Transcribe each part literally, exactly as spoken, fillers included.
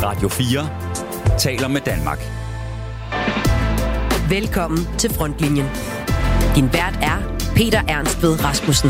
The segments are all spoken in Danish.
Radio fire taler med Danmark. Velkommen til Frontlinjen. Din vært er Peter Ernstved Rasmussen.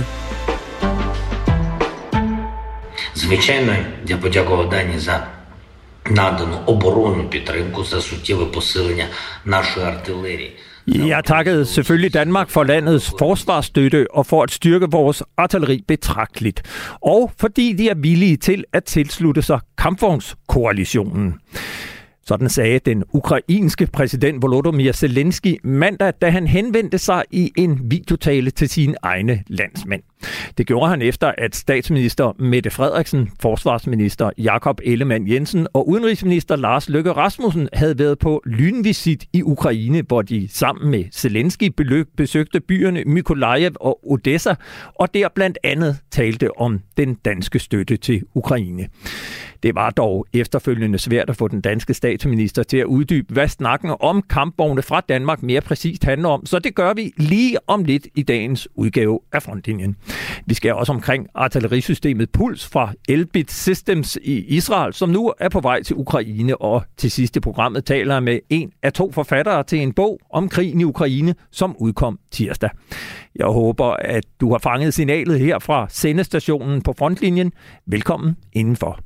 Звичайно, я подякував Дані за надану оборонну підтримку, за суттєве посилення нашої артилерії. Jeg takkede selvfølgelig Danmark for landets forsvarsstøtte og for at styrke vores artilleri betragteligt. Og fordi de er villige til at tilslutte sig kampvognskoalitionen. Sådan sagde den ukrainske præsident Volodymyr Zelensky mandag, da han henvendte sig i en videotale til sine egne landsmænd. Det gjorde han efter, at statsminister Mette Frederiksen, forsvarsminister Jakob Ellemann-Jensen og udenrigsminister Lars Løkke Rasmussen havde været på lynvisit i Ukraine, hvor de sammen med Zelensky besøgte byerne Mykolaiv og Odessa, og der blandt andet talte om den danske støtte til Ukraine. Det var dog efterfølgende svært at få den danske statsminister til at uddybe, hvad snakken om kampvogne fra Danmark mere præcist handler om, så det gør vi lige om lidt i dagens udgave af Frontlinjen. Vi skal også omkring artillerisystemet Puls fra Elbit Systems i Israel, som nu er på vej til Ukraine, og til sidst i programmet taler jeg med en af to forfattere til en bog om krigen i Ukraine, som udkom tirsdag. Jeg håber, at du har fanget signalet her fra sendestationen på Frontlinjen. Velkommen indenfor.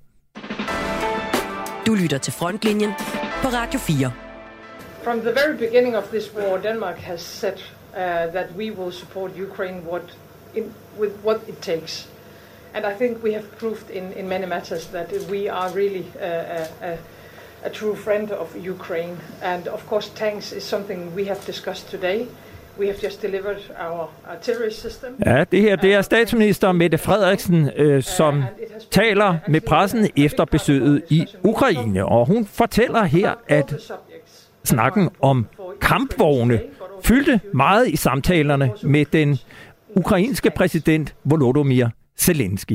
Du lytter til Frontlinjen på Radio fire. From the very beginning of this war, Denmark has said uh, that we will support Ukraine what in, with what it takes. And I think we have proved in, in many matters that we are really uh, a, a true friend of Ukraine. And of course, tanks is something we have discussed today. We have just delivered our artillery system. Ja, det her det er statsminister Mette Frederiksen, øh, som taler med pressen efter besøget i Ukraine. Og hun fortæller her, at snakken om kampvogne fyldte meget i samtalerne med den ukrainske præsident Volodymyr Zelensky.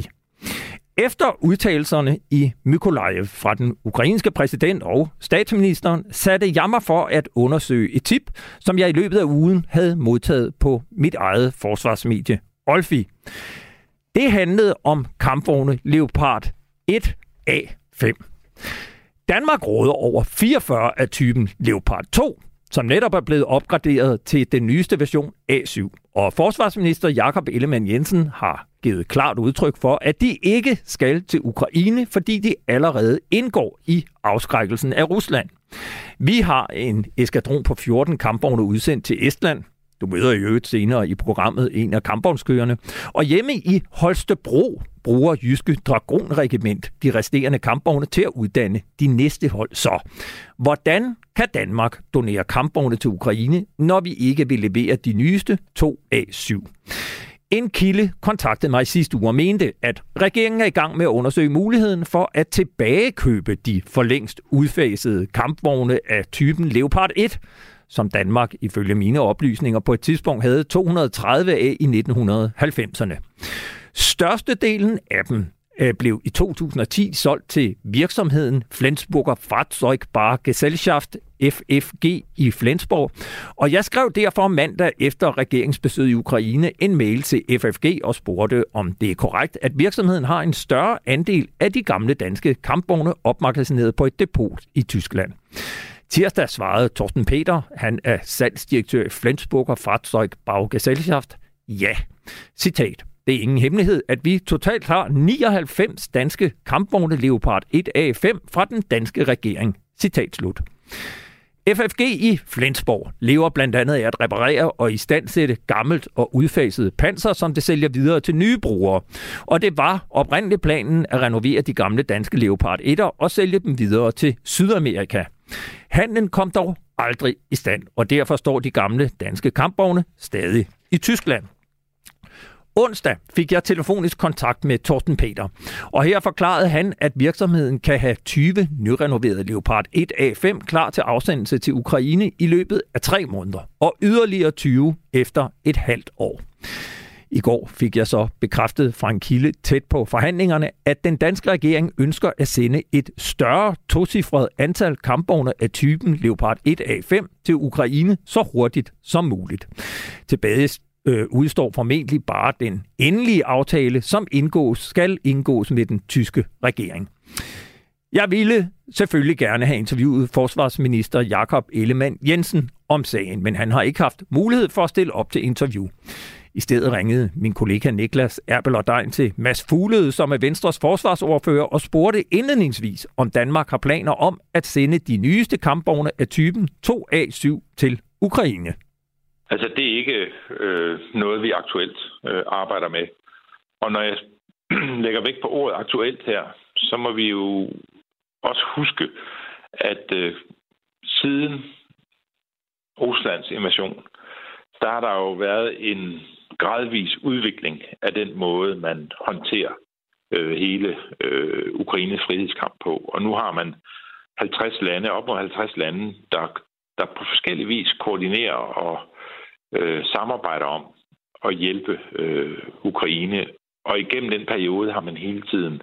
Efter udtalelserne i Mykolaiv fra den ukrainske præsident og statsministeren, satte jeg mig for at undersøge et tip, som jeg i løbet af ugen havde modtaget på mit eget forsvarsmedie, Olfi. Det handlede om kampvogne Leopard et A fem. Danmark råder over fireogfyrre af typen Leopard to, som netop er blevet opgraderet til den nyeste version A syv. Og forsvarsminister Jakob Ellemann-Jensen har givet klart udtryk for, at de ikke skal til Ukraine, fordi de allerede indgår i afskrækkelsen af Rusland. Vi har en eskadron på fjorten kampvogne udsendt til Estland. Du møder i øvrigt senere i programmet en af kampvognskørerne. Og hjemme i Holstebro bruger Jyske Dragonregiment de resterende kampvogne til at uddanne de næste hold. Så hvordan kan Danmark donere kampvogne til Ukraine, når vi ikke vil levere de nyeste to A syv? En kilde kontaktede mig sidste uge og mente, at regeringen er i gang med at undersøge muligheden for at tilbagekøbe de for længst udfasede kampvogne af typen Leopard et, som Danmark ifølge mine oplysninger på et tidspunkt havde to hundrede og tredive af i nitten halvfemserne. Størstedelen af dem blev i to tusind og ti solgt til virksomheden Flensburger Fahrzeugbar-Gesellschaft, F F G, i Flensborg. Og jeg skrev derfor mandag efter regeringsbesøget i Ukraine en mail til F F G og spurgte, om det er korrekt, at virksomheden har en større andel af de gamle danske kampvogne opmagasineret på et depot i Tyskland. Tirsdag svarede Torsten Peter, han er salgsdirektør i Flensburger Fahrzeugbar-Gesellschaft. Ja, citat. Det er ingen hemmelighed, at vi totalt har nioghalvfems danske kampvogne Leopard et A fem fra den danske regering. Citat slut. F F G i Flensborg lever blandt andet af at reparere og istandsætte gammelt og udfaset panser, som det sælger videre til nye brugere. Og det var oprindeligt planen at renovere de gamle danske Leopard et'er og sælge dem videre til Sydamerika. Handlen kom dog aldrig i stand, og derfor står de gamle danske kampvogne stadig i Tyskland. Onsdag fik jeg telefonisk kontakt med Torsten Peter, og her forklarede han, at virksomheden kan have tyve nyrenoverede Leopard et A fem klar til afsendelse til Ukraine i løbet af tre måneder, og yderligere tyve efter et halvt år. I går fik jeg så bekræftet fra en kilde tæt på forhandlingerne, at den danske regering ønsker at sende et større tocifret antal kampvogne af typen Leopard et A fem til Ukraine så hurtigt som muligt. Tilbage øh, udstår formentlig bare den endelige aftale, som indgås, skal indgås med den tyske regering. Jeg ville selvfølgelig gerne have interviewet forsvarsminister Jakob Ellemann-Jensen om sagen, men han har ikke haft mulighed for at stille op til interview. I stedet ringede min kollega Niklas Erbelordein til Mads Fuglede, som er Venstres forsvarsordfører, og spurgte indledningsvis, om Danmark har planer om at sende de nyeste kampvogne af typen to A syv til Ukraine. Altså, det er ikke øh, noget, vi aktuelt øh, arbejder med. Og når jeg lægger vægt på ordet aktuelt her, så må vi jo også huske, at øh, siden Ruslands invasion, der har der jo været en gradvis udvikling af den måde, man håndterer øh, hele øh, Ukraines frihedskamp på. Og nu har man halvtreds lande, op mod halvtreds lande, der, der på forskellige vis koordinerer og øh, samarbejder om at hjælpe øh, Ukraine. Og igennem den periode har man hele tiden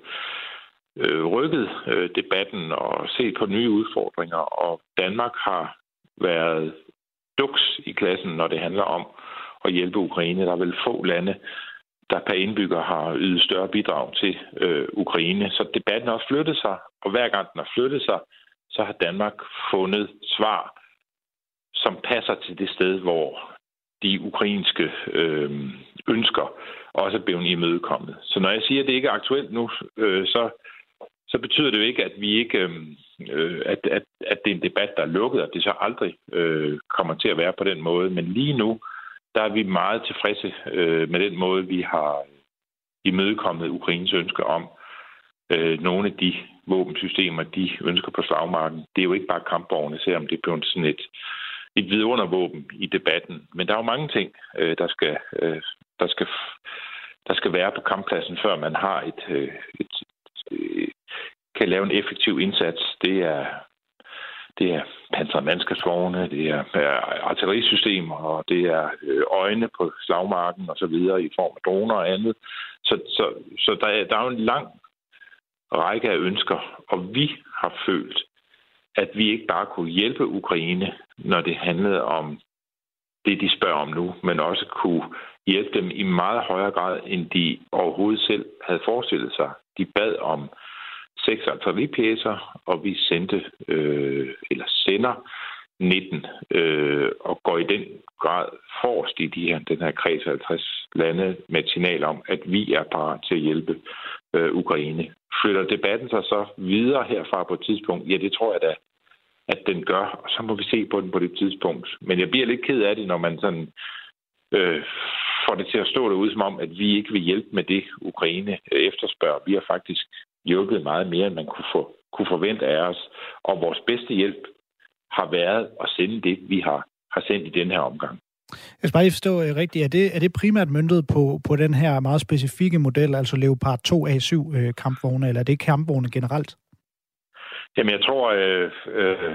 øh, rykket øh, debatten og set på nye udfordringer. Og Danmark har været duks i klassen, når det handler om at hjælpe Ukraine. Der er vel få lande, der per indbygger har ydet større bidrag til øh, Ukraine. Så debatten har også flyttet sig, og hver gang den har flyttet sig, så har Danmark fundet svar, som passer til det sted, hvor de ukrainske øh, ønsker også er blevet imødekommet. Så når jeg siger, at det ikke er aktuelt nu, øh, så, så betyder det jo ikke, at vi ikke øh, at, at, at det er en debat, der er lukket, og det så aldrig øh, kommer til at være på den måde. Men lige nu, der er vi meget tilfredse øh, med den måde, vi har imødekommet Ukraines ønsker om øh, nogle af de våbensystemer, de ønsker på slagmarken. Det er jo ikke bare kampvogne, selvom det er blevet sådan et, et vidundervåben i debatten. Men der er jo mange ting, øh, der, skal, øh, der, skal, der skal være på kamppladsen, før man har et, øh, et, et kan lave en effektiv indsats. Det er Det er pansrede mandskabsvogne, det er artillerisystemer, og det er øjne på slagmarken og så videre i form af droner og andet. Så, så, så der, er, der er jo en lang række af ønsker, og vi har følt, at vi ikke bare kunne hjælpe Ukraine, når det handlede om det, de spørger om nu, men også kunne hjælpe dem i meget højere grad, end de overhovedet selv havde forestillet sig. De bad om seks artilleripjæser, og vi sendte, øh, eller sender nitten, øh, og går i den grad forrest i de her, den her kreds af halvtreds lande med et signal om, at vi er parat til at hjælpe øh, Ukraine. Flytter debatten sig så videre herfra på et tidspunkt? Ja, det tror jeg da, at den gør, og så må vi se på den på det tidspunkt. Men jeg bliver lidt ked af det, når man sådan øh, får det til at stå derude, som om, at vi ikke vil hjælpe med det, Ukraine efterspørger. Vi har faktisk hjulpet meget mere, end man kunne, få, kunne forvente af os. Og vores bedste hjælp har været at sende det, vi har, har sendt i den her omgang. Jeg skal bare lige forstå uh, rigtigt. Er det, er det primært møntet på, på den her meget specifikke model, altså Leopard to A syv uh, kampvogne, eller er det kampvogne generelt? Jamen, jeg tror, øh, øh,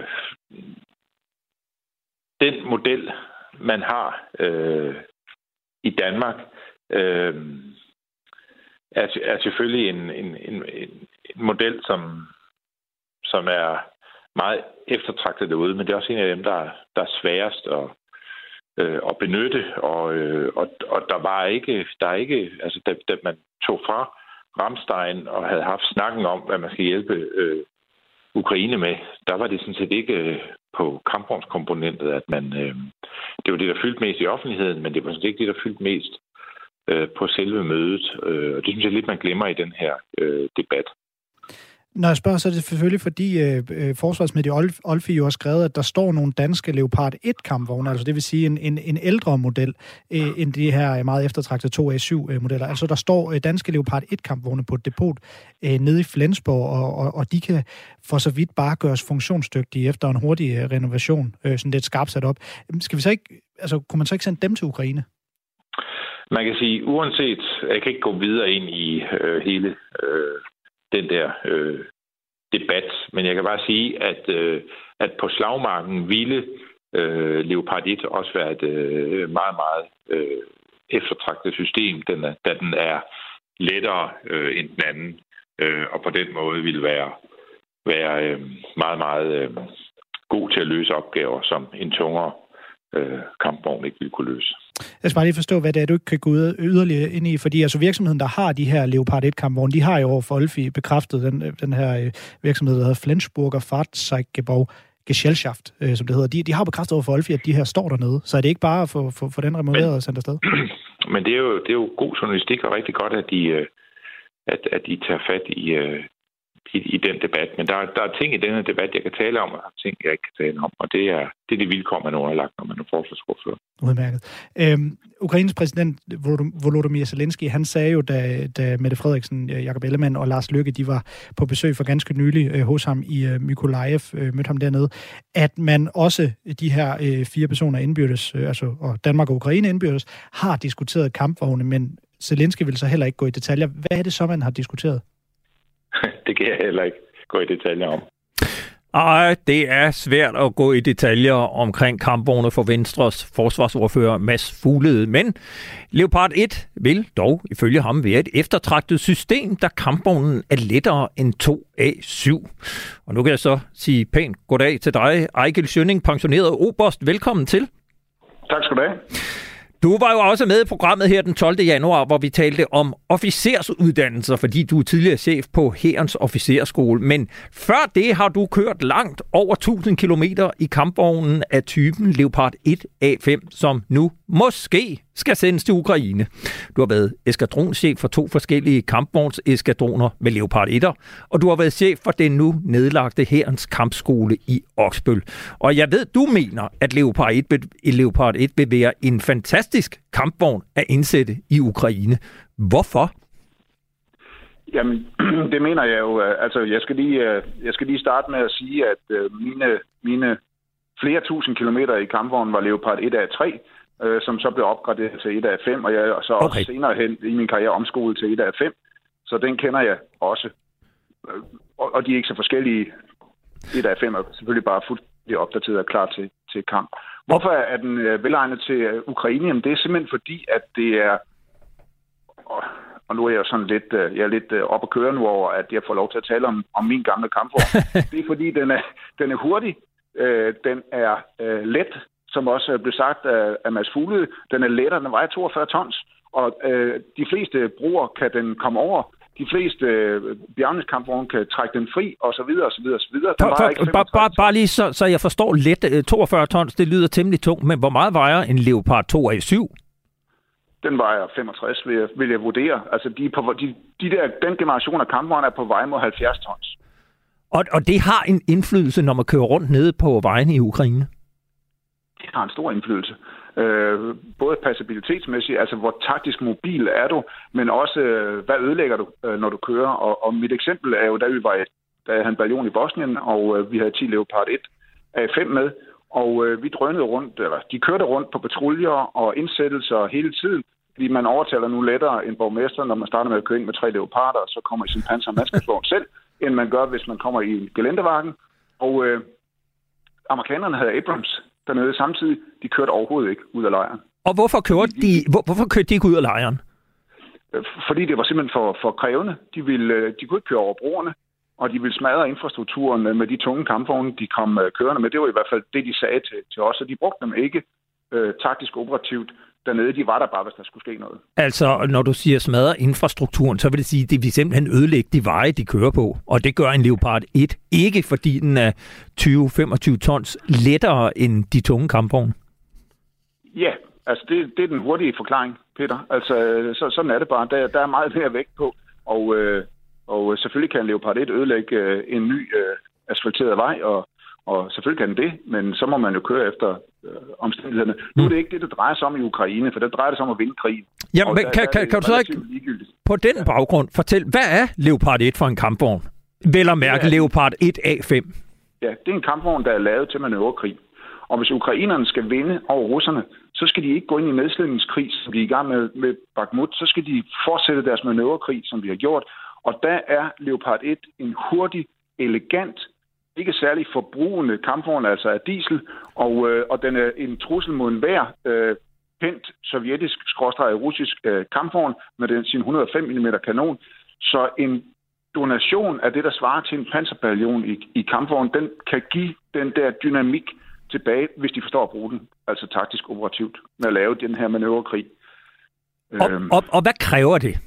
den model, man har øh, i Danmark, øh, er, er selvfølgelig en, en, en, en model, som, som er meget eftertragtet derude, men det er også en af dem, der, der er sværest at, øh, at benytte, og, øh, og, og der var ikke, der er ikke, altså da, da man tog fra Ramstein og havde haft snakken om, hvad man skal hjælpe øh, Ukraine med, der var det sådan set ikke øh, på kampvognskomponentet, at man, øh, det var det, der fyldte mest i offentligheden, men det var sådan set ikke det, der fyldte mest øh, på selve mødet, øh, og det synes jeg lidt, man glemmer i den her øh, debat. Når jeg spørger, så er det selvfølgelig, fordi øh, forsvarsmedie Olfi jo har skrevet, at der står nogle danske Leopard et kampvogne, altså det vil sige en, en, en ældre model, øh, end de her meget eftertragtede to A syv modeller. Altså der står øh, danske Leopard et kampvogne på et depot øh, nede i Flensborg, og, og, og de kan for så vidt bare gøres funktionsdygtige efter en hurtig øh, renovation, øh, sådan lidt skarpt sat op. Skal vi så ikke, altså kunne man så ikke sende dem til Ukraine? Man kan sige, uanset, jeg kan ikke gå videre ind i øh, hele øh, den der øh, debat, men jeg kan bare sige, at, øh, at på slagmarken ville øh, Leopard et også være et øh, meget, meget øh, eftertragtet system, den er, da den er lettere øh, end den anden, øh, og på den måde ville være, være øh, meget, meget øh, god til at løse opgaver, som en tungere øh, kampvogn ikke ville kunne løse. Jeg skal bare lige forstå, hvad det er, du ikke kan gå yderligere ind i, fordi altså virksomheden, der har de her Leopard et kampvogne, de har jo over for Olfi bekræftet den, den her virksomhed, der hedder Flensburger Fahrzeugbau Gesellschaft, øh, som det hedder. De, de har bekræftet over for Olfi, at de her står dernede, så er det ikke bare at få, få, få den removeret og sendt afsted? Men det er, jo, det er jo god journalistik, og rigtig godt, at de, at, at de tager fat i, i, i den debat. Men der, der er ting i denne debat, jeg kan tale om, og der er ting, jeg ikke kan tale om. Og det er det, er det vilkår, man er underlagt, når man er forsvarsordfører. Udmærket. Øhm, Ukraines præsident Volodymyr Zelensky, han sagde jo, da, da Mette Frederiksen, Jakob Ellemann og Lars Løkke, de var på besøg for ganske nylig øh, hos ham i øh, Mykolaiv, øh, mødte ham dernede, at man også, de her øh, fire personer indbyrdes, øh, altså og Danmark og Ukraine indbyrdes, har diskuteret kampvogne, men Zelensky vil så heller ikke gå i detaljer. Hvad er det så, man har diskuteret? Det kan jeg heller ikke gå i detaljer om. Ej, det er svært at gå i detaljer omkring kampvogne for Venstres forsvarsordfører Mads Fuglede, men Leopard et vil dog ifølge ham være et eftertragtet system, da kampvognen er lettere end to A syv. Og nu kan jeg så sige pænt goddag til dig, Ejgil Schønning, pensioneret oberst. Velkommen til. Tak skal du have. Du var jo også med i programmet her den tolvte januar, hvor vi talte om officersuddannelser, fordi du er tidligere chef på Hærens Officerskole. Men før det har du kørt langt over tusind kilometer i kampvognen af typen Leopard et A fem, som nu måske skal sendes til Ukraine. Du har været eskadronschef for to forskellige kampvognseskadroner med Leopard et'er, og du har været chef for den nu nedlagte Hærens kampskole i Oksbøl. Og jeg ved, du mener, at Leopard et, Leopard et vil være en fantastisk kampvogn at indsætte i Ukraine. Hvorfor? Jamen, det mener jeg jo. Altså, jeg skal lige, jeg skal lige starte med at sige, at mine, mine flere tusind kilometer i kampvognen var Leopard et A tre, øh, som så blev opgraderet til et A fem, og jeg er så okay. også senere hen i min karriere omskolet til et A fem, så den kender jeg også. Og, og de er ikke så forskellige. et A fem er selvfølgelig bare fuldstændig opdateret og klar til, til kamp. Hvorfor er den øh, velegnet til øh, Ukraine? Jamen, det er simpelthen fordi, at det er... Og, og nu er jeg jo sådan lidt, øh, jeg er lidt øh, op at køre nu over, at jeg får lov til at tale om, om min gamle kampvogn. Det er fordi, den er, den er hurtig. Øh, den er øh, let, som også blev sagt af, af Mads Fuglede. Den er lettere, den vejer toogfyrre tons. Og øh, de fleste brugere kan den komme over. De fleste øh, bjergningskampvogne kan trække den fri, og så videre, og så videre, og så videre. For, for, bare, bare, bare lige så, så jeg forstår let. toogfyrre tons, det lyder temmelig tungt, men hvor meget vejer en Leopard to A syv? Den vejer femogtres, vil jeg, vil jeg vurdere. Altså, de, på, de, de der, den generation af kampvogne er på vej mod halvfjerds tons. Og, og det har en indflydelse, når man kører rundt nede på vejene i Ukraine? Det har en stor indflydelse. Øh, både passabilitetsmæssigt, altså hvor taktisk mobil er du, men også øh, hvad ødelægger du, øh, når du kører. Og, og mit eksempel er jo, da vi var et, da jeg havde en bataljon i Bosnien, og øh, vi havde ti Leopard et A fem med, og øh, vi drønede rundt, eller de kørte rundt på patruljer og indsættelser hele tiden, fordi man overtaler nu lettere end borgmester, når man starter med at køre ind med tre leoparder, og så kommer i sin panser- og mandskabsvogn selv, end man gør, hvis man kommer i en gelendevagen. Og øh, amerikanerne havde Abrams dernede samtidig. De kørte overhovedet ikke ud af lejren. Og hvorfor kørte de, hvor, hvorfor kørte de ikke ud af lejren? Fordi det var simpelthen for, for krævende. De, ville, de kunne ikke køre over broerne, og de ville smadre infrastrukturen med de tunge kampvogne, de kom kørende med. Det var i hvert fald det, de sagde til, til os, og de brugte dem ikke øh, taktisk operativt dernede. De var der bare, hvis der skulle ske noget. Altså, når du siger smadre infrastrukturen, så vil det sige, at det vil simpelthen ødelægge de veje, de kører på. Og det gør en Leopard et ikke, fordi den er tyve til femogtyve tons lettere end de tunge kampvogne. Ja, altså det, det er den hurtige forklaring, Peter. Altså, så, sådan er det bare. Der, der er meget mere vægt på, og, øh, og selvfølgelig kan en Leopard et ødelægge øh, en ny øh, asfalteret vej, og Og selvfølgelig kan den det, men så må man jo køre efter øh, omstændighederne. Nu er det ikke det, det drejer sig om i Ukraine, for det drejer sig om at vinde krigen. Jamen, men der, kan, der kan, kan du så ikke på den ja. baggrund fortælle, hvad er Leopard et for en kampvogn? Vel at mærke ja. Leopard et A fem. Ja, det er en kampvogn, der er lavet til manøvrekrig. Og hvis ukrainerne skal vinde over russerne, så skal de ikke gå ind i nedslidningskrig, som de er i gang med, med Bakhmut. Så skal de fortsætte deres manøvrekrig, som vi har gjort. Og der er Leopard et en hurtig, elegant, ikke særlig forbrugende kampvogn, altså af diesel, og, øh, og den er en trussel mod enhver øh, kendt sovjetisk, skråstreg russisk øh, kampvogn med den sin et hundrede og fem millimeter kanon. Så en donation af det, der svarer til en panserbataljon i, i kampvognen, den kan give den der dynamik tilbage, hvis de forstår at bruge den. altså taktisk operativt, med at lave den her manøvrekrig. Og, øhm, og, og hvad kræver det?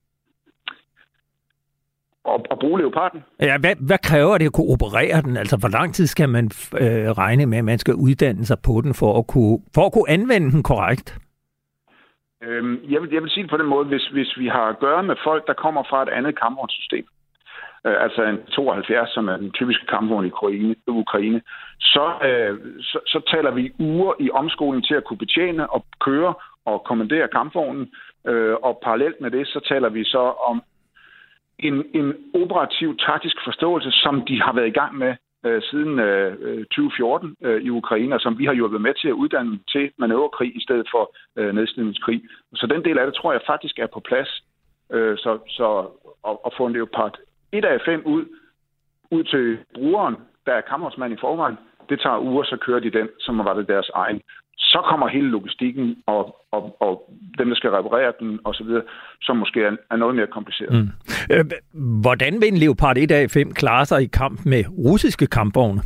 At, at bruge Leoparden? Ja, hvad, hvad kræver det at kunne operere den? Altså, hvor lang tid skal man øh, regne med, at man skal uddanne sig på den, for at kunne, for at kunne anvende den korrekt? Øhm, jeg, vil, jeg vil sige det på den måde, hvis, hvis vi har at gøre med folk, der kommer fra et andet kampvognsystem, øh, altså en tooghalvfjerds, som er den typiske kampvogn i Ukraine, Ukraine så, øh, så, så taler vi uger i omskoling til at kunne betjene og køre og kommandere kampvognen, øh, og parallelt med det, så taler vi så om en, en operativ taktisk forståelse, som de har været i gang med øh, siden øh, tyve fjorten øh, i Ukraine, og som vi har hjulpet med til at uddanne til manøvrekrig i stedet for øh, nedslidningskrig. Så den del af det, tror jeg faktisk er på plads. Øh, så så at, at få en Leopard et A fem ud, ud til brugeren, der er kampvognsmand i forvejen, det tager uger, så kører de den, som var det deres egen. Så kommer hele logistikken og, og, og dem, der skal reparere den osv., som måske er, er noget mere kompliceret. Mm. Øh, hvordan vil en Leopard et A fem klare sig i kamp med russiske kampvogne?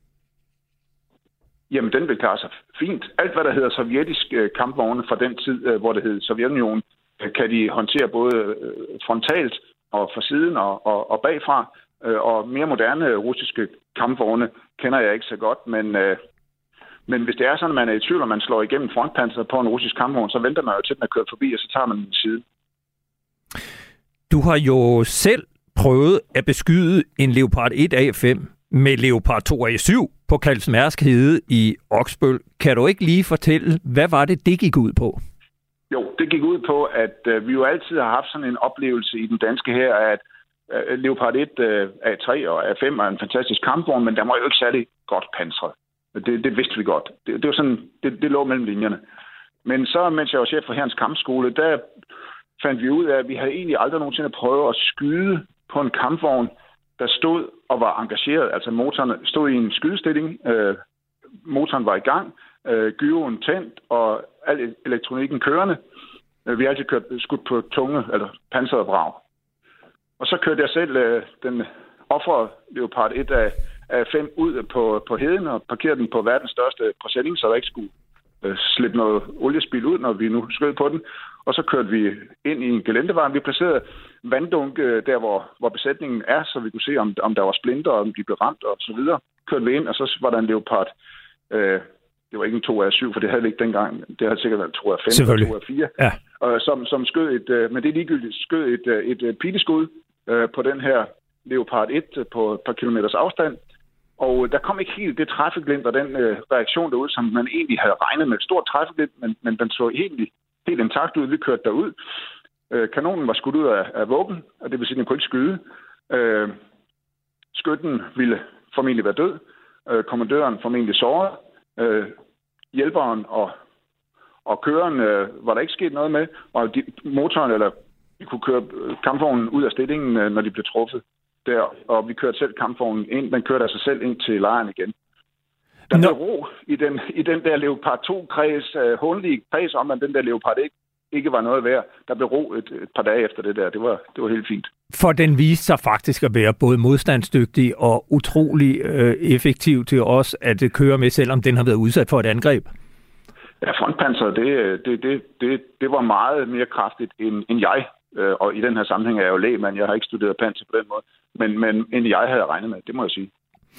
Jamen, den vil klare sig fint. Alt, hvad der hedder sovjetiske kampvogne fra den tid, hvor det hed Sovjetunionen, kan de håndtere både frontalt og fra siden og, og, og bagfra. Og mere moderne russiske kampvogne kender jeg ikke så godt, men... Men hvis det er sådan, at man er i tvivl, og man slår igennem frontpanseret på en russisk kampvogn, så venter man jo til, at den er kørt forbi, og så tager man den side. Du har jo selv prøvet at beskyde en Leopard et A fem med Leopard to A syv på Kalsmærsk Hede i Oksbøl. Kan du ikke lige fortælle, hvad var det, det gik ud på? Jo, det gik ud på, at øh, vi jo altid har haft sådan en oplevelse i den danske her, at øh, Leopard et øh, A tre og A fem er en fantastisk kampvogn, men der var jo ikke særlig godt pansret. Det, det vidste vi godt. Det, det var sådan, det, det lå mellem linjerne. Men så, mens jeg var chef for Hærens Kampskole, der fandt vi ud af, at vi havde egentlig aldrig nogensinde prøvet at skyde på en kampvogn, der stod og var engageret. Altså motoren stod i en skydestilling, øh, motoren var i gang, øh, gyroen tændt og al elektronikken kørende. Vi har altid kørt skudt på tunge eller pansrede brag. Og så kørte jeg selv øh, den offrede Leopard et af af fem ud på, på heden og parkerede den på verdens største præsending, så der ikke skulle øh, slippe noget oliespil ud, når vi nu skød på den. Og så kørte vi ind i en gelændevejen. Vi placerede vanddunk øh, der, hvor, hvor besætningen er, så vi kunne se, om, om der var splinter, og om de blev ramt og så videre. Kørte vi ind, og så var der en Leopard. Øh, det var ikke en to A syv, for det havde vi ikke dengang. Det havde sikkert været to A fem eller to A fire. Ja. Og som, som skød et, øh, men det er ligegyldigt, skød et, øh, et, et pileskud øh, på den her Leopard et på et par kilometers afstand. Og der kom ikke helt det træffelglimt og den øh, reaktion derude, som man egentlig havde regnet med. Et stort træffelglimt, men, men den så helt, helt intakt ud. Vi kørte derud. Øh, kanonen var skudt ud af, af våben, og det vil sige, at den kunne ikke skyde. Øh, skytten ville formentlig være død. Øh, kommandøren formentlig såret. Øh, hjælperen og, og køreren øh, var der ikke sket noget med. Og de, motoren, eller vi kunne køre kampvognen ud af stillingen, øh, når de blev truffet. Der, og vi kørte selv kampvognen ind. Den kørte altså selv ind til lejren igen. Der blev ro i den, i den der Leopard to-kreds, uh, håndlige kreds om, at den der Leopard ikke, ikke var noget værd. Der blev ro et, et par dage efter det der. Det var, det var helt fint. For den viste sig faktisk at være både modstandsdygtig og utrolig øh, effektiv til os at køre med, selvom den har været udsat for et angreb. Ja, frontpanseret, det, det, det, det, det var meget mere kraftigt end, end jeg. Og i den her sammenhæng er jeg jo lægmand. Jeg har ikke studeret panser på den måde. Men, men end jeg havde regnet med, det må jeg sige.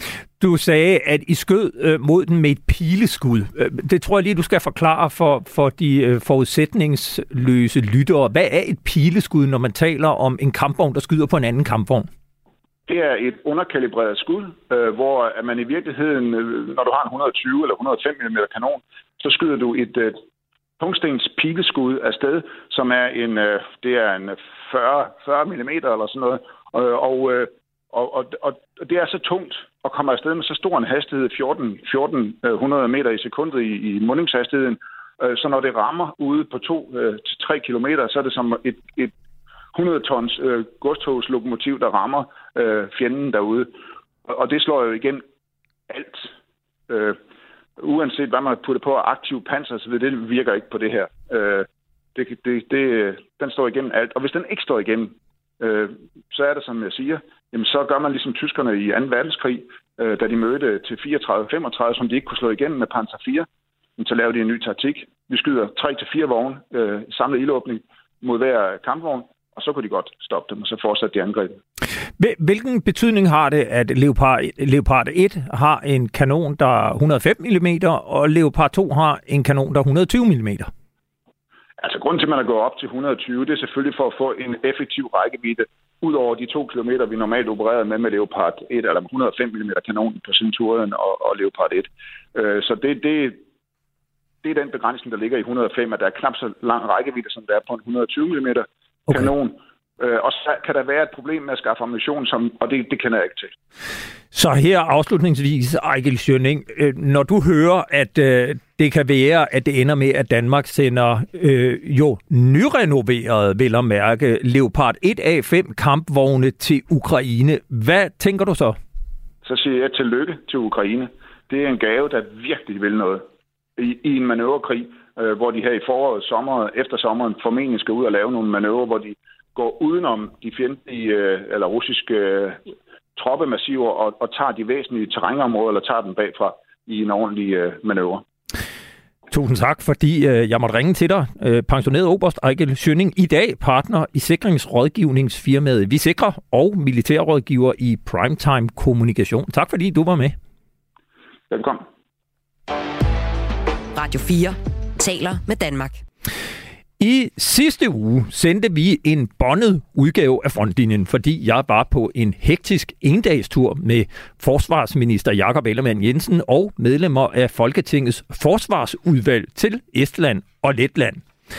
Du sagde, at I skød øh, mod den med et pileskud. Det tror jeg lige, du skal forklare for, for de øh, forudsætningsløse lyttere. Hvad er et pileskud, når man taler om en kampvogn, der skyder på en anden kampvogn? Det er et underkalibreret skud, øh, hvor man i virkeligheden, øh, når du har en et hundrede og tyve eller et hundrede og fem millimeter kanon, så skyder du et øh, tungstens pileskud afsted, som er en, øh, det er en fyrre millimeter eller sådan noget. Og, og, øh, og, og, og det er så tungt at komme afsted med så stor en hastighed, fjorten hundrede meter i sekundet i, i mundingshastigheden. Øh, så når det rammer ude på to til tre kilometer, så er det som et, et hundrede tons øh, godstogslokomotiv, der rammer øh, fjenden derude. Og, og det slår jo igen alt. Øh, uanset hvad man har puttet på aktiv panser, så det virker ikke på det her. Øh, det, det, det, den står igennem alt. Og hvis den ikke står igennem, øh, så er det, som jeg siger, jamen, så gør man ligesom tyskerne i anden verdenskrig, øh, da de mødte til fireogtredive femogtredive, som de ikke kunne slå igennem med Panzer fire. så laver de en ny taktik. Vi skyder tre til fire vogne, øh, samlet ildåbning mod hver kampvogn, og så kunne de godt stoppe dem, og så fortsætte de angreb. Hvilken betydning har det, at Leopard, Leopard et har en kanon, der er et hundrede og fem millimeter, og Leopard to har en kanon, der er et hundrede og tyve millimeter? Altså, grunden til, at man er gået op til et hundrede og tyve, det er selvfølgelig for at få en effektiv rækkevidde ud over de to kilometer, vi normalt opererede med med Leopard et, eller med et hundrede og fem millimeter kanonen på Centurion og, og Leopard et. Øh, så det, det, det er den begrænsning, der ligger i et hundrede og fem, at der er knap så lang rækkevidde, som der er på en et hundrede og tyve millimeter okay. kanon. Øh, og så kan der være et problem med at skaffe ammunition, som, og det, det kender jeg ikke til. Så her afslutningsvis, Eigil Schønning, øh, når du hører, at øh, det kan være, at det ender med, at Danmark sender øh, jo nyrenoverede, vel at mærke, Leopard et A fem kampvogne til Ukraine, hvad tænker du så? Så siger jeg tillykke til Ukraine. Det er en gave, der virkelig vil noget. I, i en manøvrekrig, øh, hvor de her i foråret, sommer, efter sommeren formentlig skal ud og lave nogle manøvrer, hvor de går udenom de fjendtlige øh, eller russiske øh, troppemassiver og, og tager de væsentlige terrænområder, eller tager dem bagfra i en ordentlig øh, manøvre. Tusind tak, fordi øh, jeg måtte ringe til dig. Øh, pensioneret oberst Eigil Schønning, i dag partner i sikringsrådgivningsfirmaet Vi Sikrer og militærrådgiver i Primetime Kommunikation. Tak fordi du var med. Velkommen. Radio fire taler med Danmark. I sidste uge sendte vi en båndet udgave af Frontlinjen, fordi jeg var på en hektisk endagstur med forsvarsminister Jakob Ellemann-Jensen og medlemmer af Folketingets forsvarsudvalg til Estland og Letland.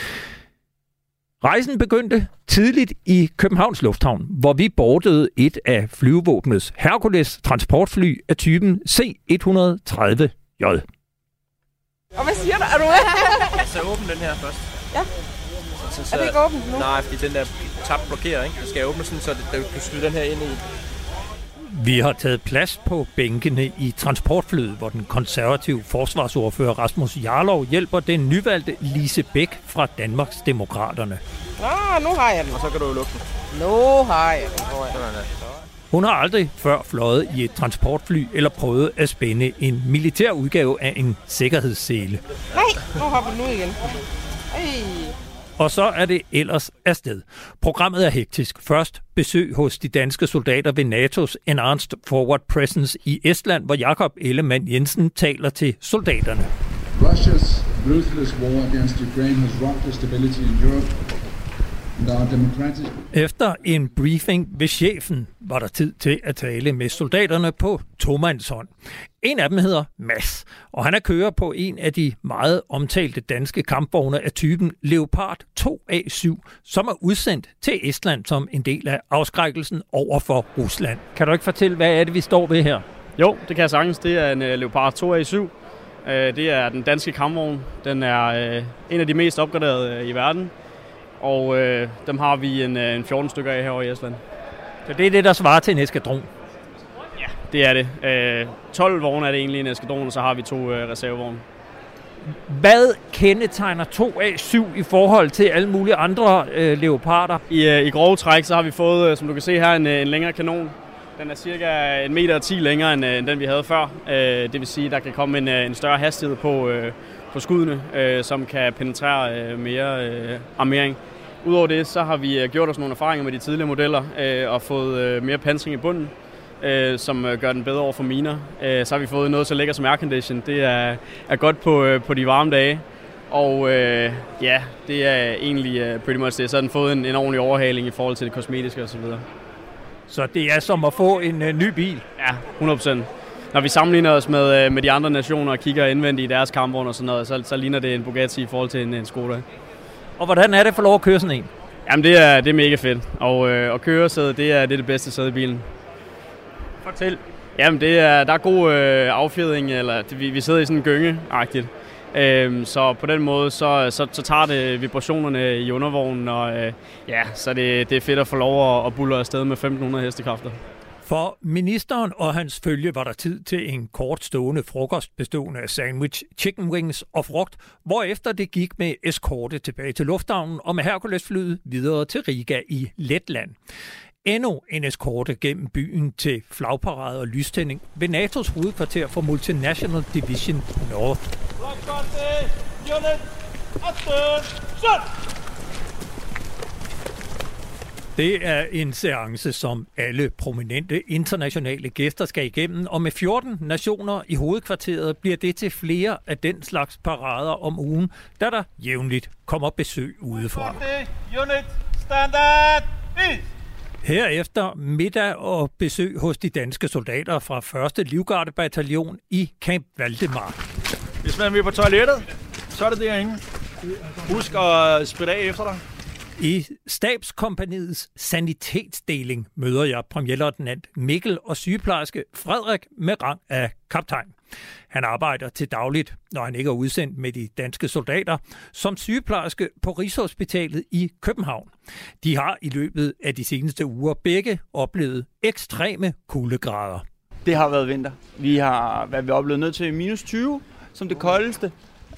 Rejsen begyndte tidligt i Københavns Lufthavn, hvor vi boardede et af flyvevåbnets Hercules transportfly af typen C et hundrede og tredive J. Og hvad siger du? Er du med? Så åbn den her først. Ja. Så, så, er det ikke åbent nu? Nej, fordi den der tab blokerer, ikke? Det skal åbne sådan, så du kan skyde den her ind i. Vi har taget plads på bænkene i transportflyet, hvor den konservative forsvarsordfører Rasmus Jarlov hjælper den nyvalgte Lise Bæk fra Danmarks Demokraterne. Ah, nu har jeg den. Og så kan du jo lukke den. Nu har jeg den. Sådan der. Hun har aldrig før fløjet i et transportfly eller prøvet at spænde en militær udgave af en sikkerhedssele. Nej, nu hopper den ud igen. Ej. Og så er det ellers afsted. Programmet er hektisk. Først besøg hos de danske soldater ved N A T O's Enhanced Forward Presence i Estland, hvor Jakob Ellemann-Jensen taler til soldaterne. Russia's ruthless war against Ukraine has rocked the stability in Europe. Efter en briefing ved chefen var der tid til at tale med soldaterne på tomandshånd. En af dem hedder Mads, og han er kører på en af de meget omtalte danske kampvogne af typen Leopard to A syv, som er udsendt til Estland som en del af afskrækkelsen over for Rusland. Kan du ikke fortælle, hvad er det, vi står ved her? Jo, det kan jeg sagtens. Det er en Leopard to A syv. Det er den danske kampvogn. Den er en af de mest opgraderede i verden. Og øh, dem har vi en, en fjorten stykker af herovre i Estland. Så det er det, der svarer til en eskadron? Ja, det er det. Øh, tolv vogne er det egentlig en eskadron, og så har vi to øh, reservevogne. Hvad kendetegner to A syv i forhold til alle mulige andre øh, leoparder? I, øh, I grove træk, så har vi fået, øh, som du kan se her, en, en længere kanon. Den er cirka en meter og ti længere end, end den, vi havde før. Øh, det vil sige, at der kan komme en, en større hastighed på... Øh, på skuddene, øh, som kan penetrere øh, mere øh, armering. Udover det, så har vi øh, gjort os nogle erfaringer med de tidligere modeller øh, og fået øh, mere pansring i bunden, øh, som øh, gør den bedre over for miner. Øh, så har vi fået noget så lækkert som aircondition. Det er, er godt på, øh, på de varme dage. Og øh, ja, det er egentlig øh, pretty much det. Så har den fået en, en ordentlig overhaling i forhold til det kosmetiske osv. Så det er som at få en øh, ny bil? Ja, hundrede procent. Når vi sammenligner os med, med de andre nationer og kigger indvendigt i deres kampvogne og sådan noget, så, så ligner det en Bugatti i forhold til en, en Skoda. Og hvordan er det for lov at køre sådan en? Jamen det er, det er mega fedt. Og øh, at køre sæde, det er, det er det bedste sæde i bilen. Fortæl. Jamen det er, der er god øh, affjedring, eller det, vi, vi sidder i sådan en gynge-agtigt. Øhm, så på den måde, så, så, så tager det vibrationerne i undervognen, og øh, ja, så det, det er fedt at få lov at, at bulle afsted med femten hundrede hestekræfter. For ministeren og hans følge var der tid til en kort stående frokost bestående af sandwich, chicken wings og frugt, hvorefter det gik med eskorte tilbage til lufthavnen og med Hercules-flyet videre til Riga i Letland. Endnu en eskorte gennem byen til flagparade og lystænding ved N A T O's hovedkvarter for Multinational Division North. Det er en seance, som alle prominente internationale gæster skal igennem, og med fjorten nationer i hovedkvarteret bliver det til flere af den slags parader om ugen, da der jævnligt kommer besøg udefra. Herefter middag og besøg hos de danske soldater fra første Livgardebataljon i Camp Valdemar. Hvis man vil på toilettet, så er det derinde. Husk at spritte af efter dig. I stabskompaniets sanitetsdeling møder jeg premierløjtnant Mikkel og sygeplejerske Frederik med rang af kaptajn. Han arbejder til dagligt, når han ikke er udsendt med de danske soldater, som sygeplejerske på Rigshospitalet i København. De har i løbet af de seneste uger begge oplevet ekstreme kuldegrader. Det har været vinter. Vi har hvad vi oplevet ned til minus tyve som det koldeste.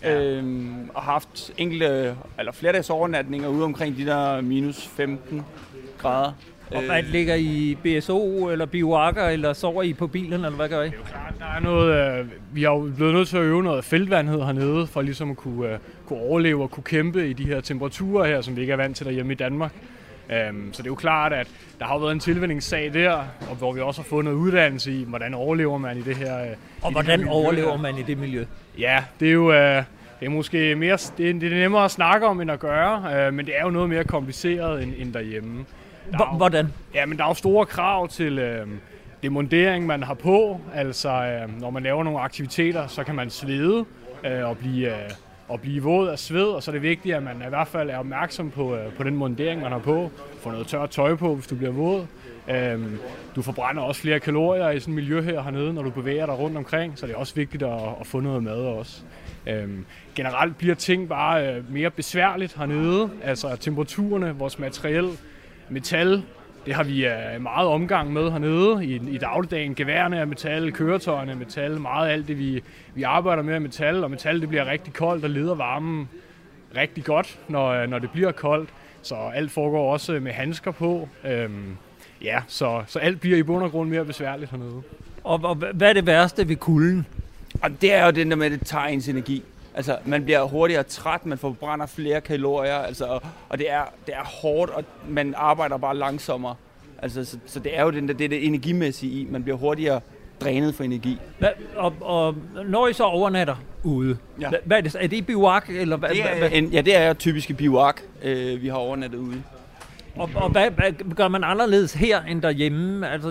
Øhm, og haft enkelte, eller flere dages overnatninger ude omkring de der minus femten grader. Og hvad ligger I B S O eller bivouakker, eller sover I på bilen, eller hvad gør I? Det er jo klart, der er noget, øh, vi har jo blevet nødt til at øve noget feltvandhed hernede, for ligesom at kunne, øh, kunne overleve og kunne kæmpe i de her temperaturer her, som vi ikke er vant til derhjemme i Danmark. Um, så det er jo klart, at der har været en tilvændingssag der, og hvor vi også har fået noget uddannelse i, hvordan overlever man i det her uh, Og hvordan overlever man i det miljø? Ja, det er jo uh, det er måske mere, det er, det er nemmere at snakke om end at gøre, uh, men det er jo noget mere kompliceret end, end derhjemme. Der hvordan? Jo, ja, men der er jo store krav til uh, det mundering, man har på. Altså, uh, når man laver nogle aktiviteter, så kan man svede uh, og blive... Uh, og blive våd af sved, og så er det vigtigt, at man i hvert fald er opmærksom på, øh, på den mundering, man har på. Få noget tørt tøj på, hvis du bliver våd. Øhm, du forbrænder også flere kalorier i sådan et miljø her hernede, når du bevæger dig rundt omkring, så det er også vigtigt at, at få noget mad også. Øhm, generelt bliver ting bare øh, mere besværligt hernede. Altså temperaturerne, vores materiel, metal, det har vi øh, meget omgang med hernede i, i dagligdagen. Geværerne er metal, køretøjerne er metal, meget alt det vi, vi arbejder med er metal, og metal det bliver rigtig koldt og leder varmen rigtig godt, når, når det bliver koldt. Så alt foregår også med handsker på. Øhm, ja, så, så alt bliver i bund og grund mere besværligt hernede. Og, og hvad er det værste ved kulden? Og det er jo den der med, at det tager ens energi. Altså, man bliver hurtigere træt, man forbrænder flere kalorier, altså, og, og det, er, det er hårdt, og man arbejder bare langsommere. Altså, så, så det er jo den der, det, er det energimæssige i, man bliver hurtigere drænet for energi. Hvad, og, og når I så overnatter ude, ja. hvad, hvad er det? Er det i bivouak? Eller hvad, det er, hvad? En, ja, det er jo typisk i bivouak, øh, vi har overnattet ude. Og, og hvad, hvad gør man anderledes her end derhjemme? Altså...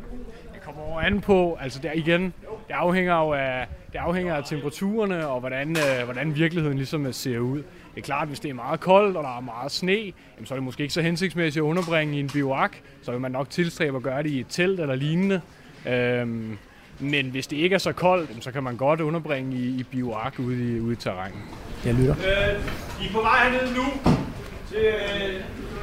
Det kommer over an på, altså der igen, det afhænger jo af, det afhænger af temperaturerne og hvordan, øh, hvordan virkeligheden ligesom ser ud. Det er klart, hvis det er meget koldt, og der er meget sne, jamen, så er det måske ikke så hensigtsmæssigt at underbringe i en bivouak. Så vil man nok tilstræbe at gøre det i et telt eller lignende. Øhm, men hvis det ikke er så koldt, jamen, så kan man godt underbringe i, i bivouak ude i, ude i terrænet. Jeg lytter. Øh, I er på vej hernede nu til øh,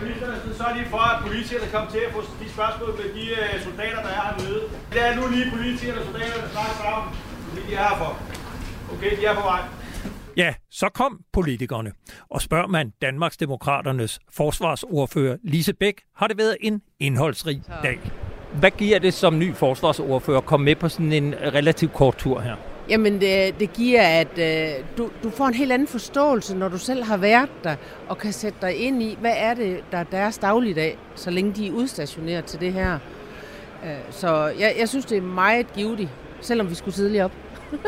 så er lige for, at politikerne kommer til at få de spørgsmål med de øh, soldater, der er hernede. Det er nu lige politikerne og soldaterne, der snakker sammen. Det de er her for. Okay, de er på vej. Ja, så kom politikerne. Og spørger man Danmarksdemokraternes forsvarsordfører Lise Bæk, har det været en indholdsrig dag. Hvad giver det som ny forsvarsordfører at komme med på sådan en relativt kort tur her? Jamen, det, det giver, at øh, du, du får en helt anden forståelse, når du selv har været der, og kan sætte dig ind i, hvad er det, der er deres dagligdag, så længe de er udstationeret til det her. Øh, så jeg, jeg synes, det er meget givetigt, selvom vi skulle tidligere op.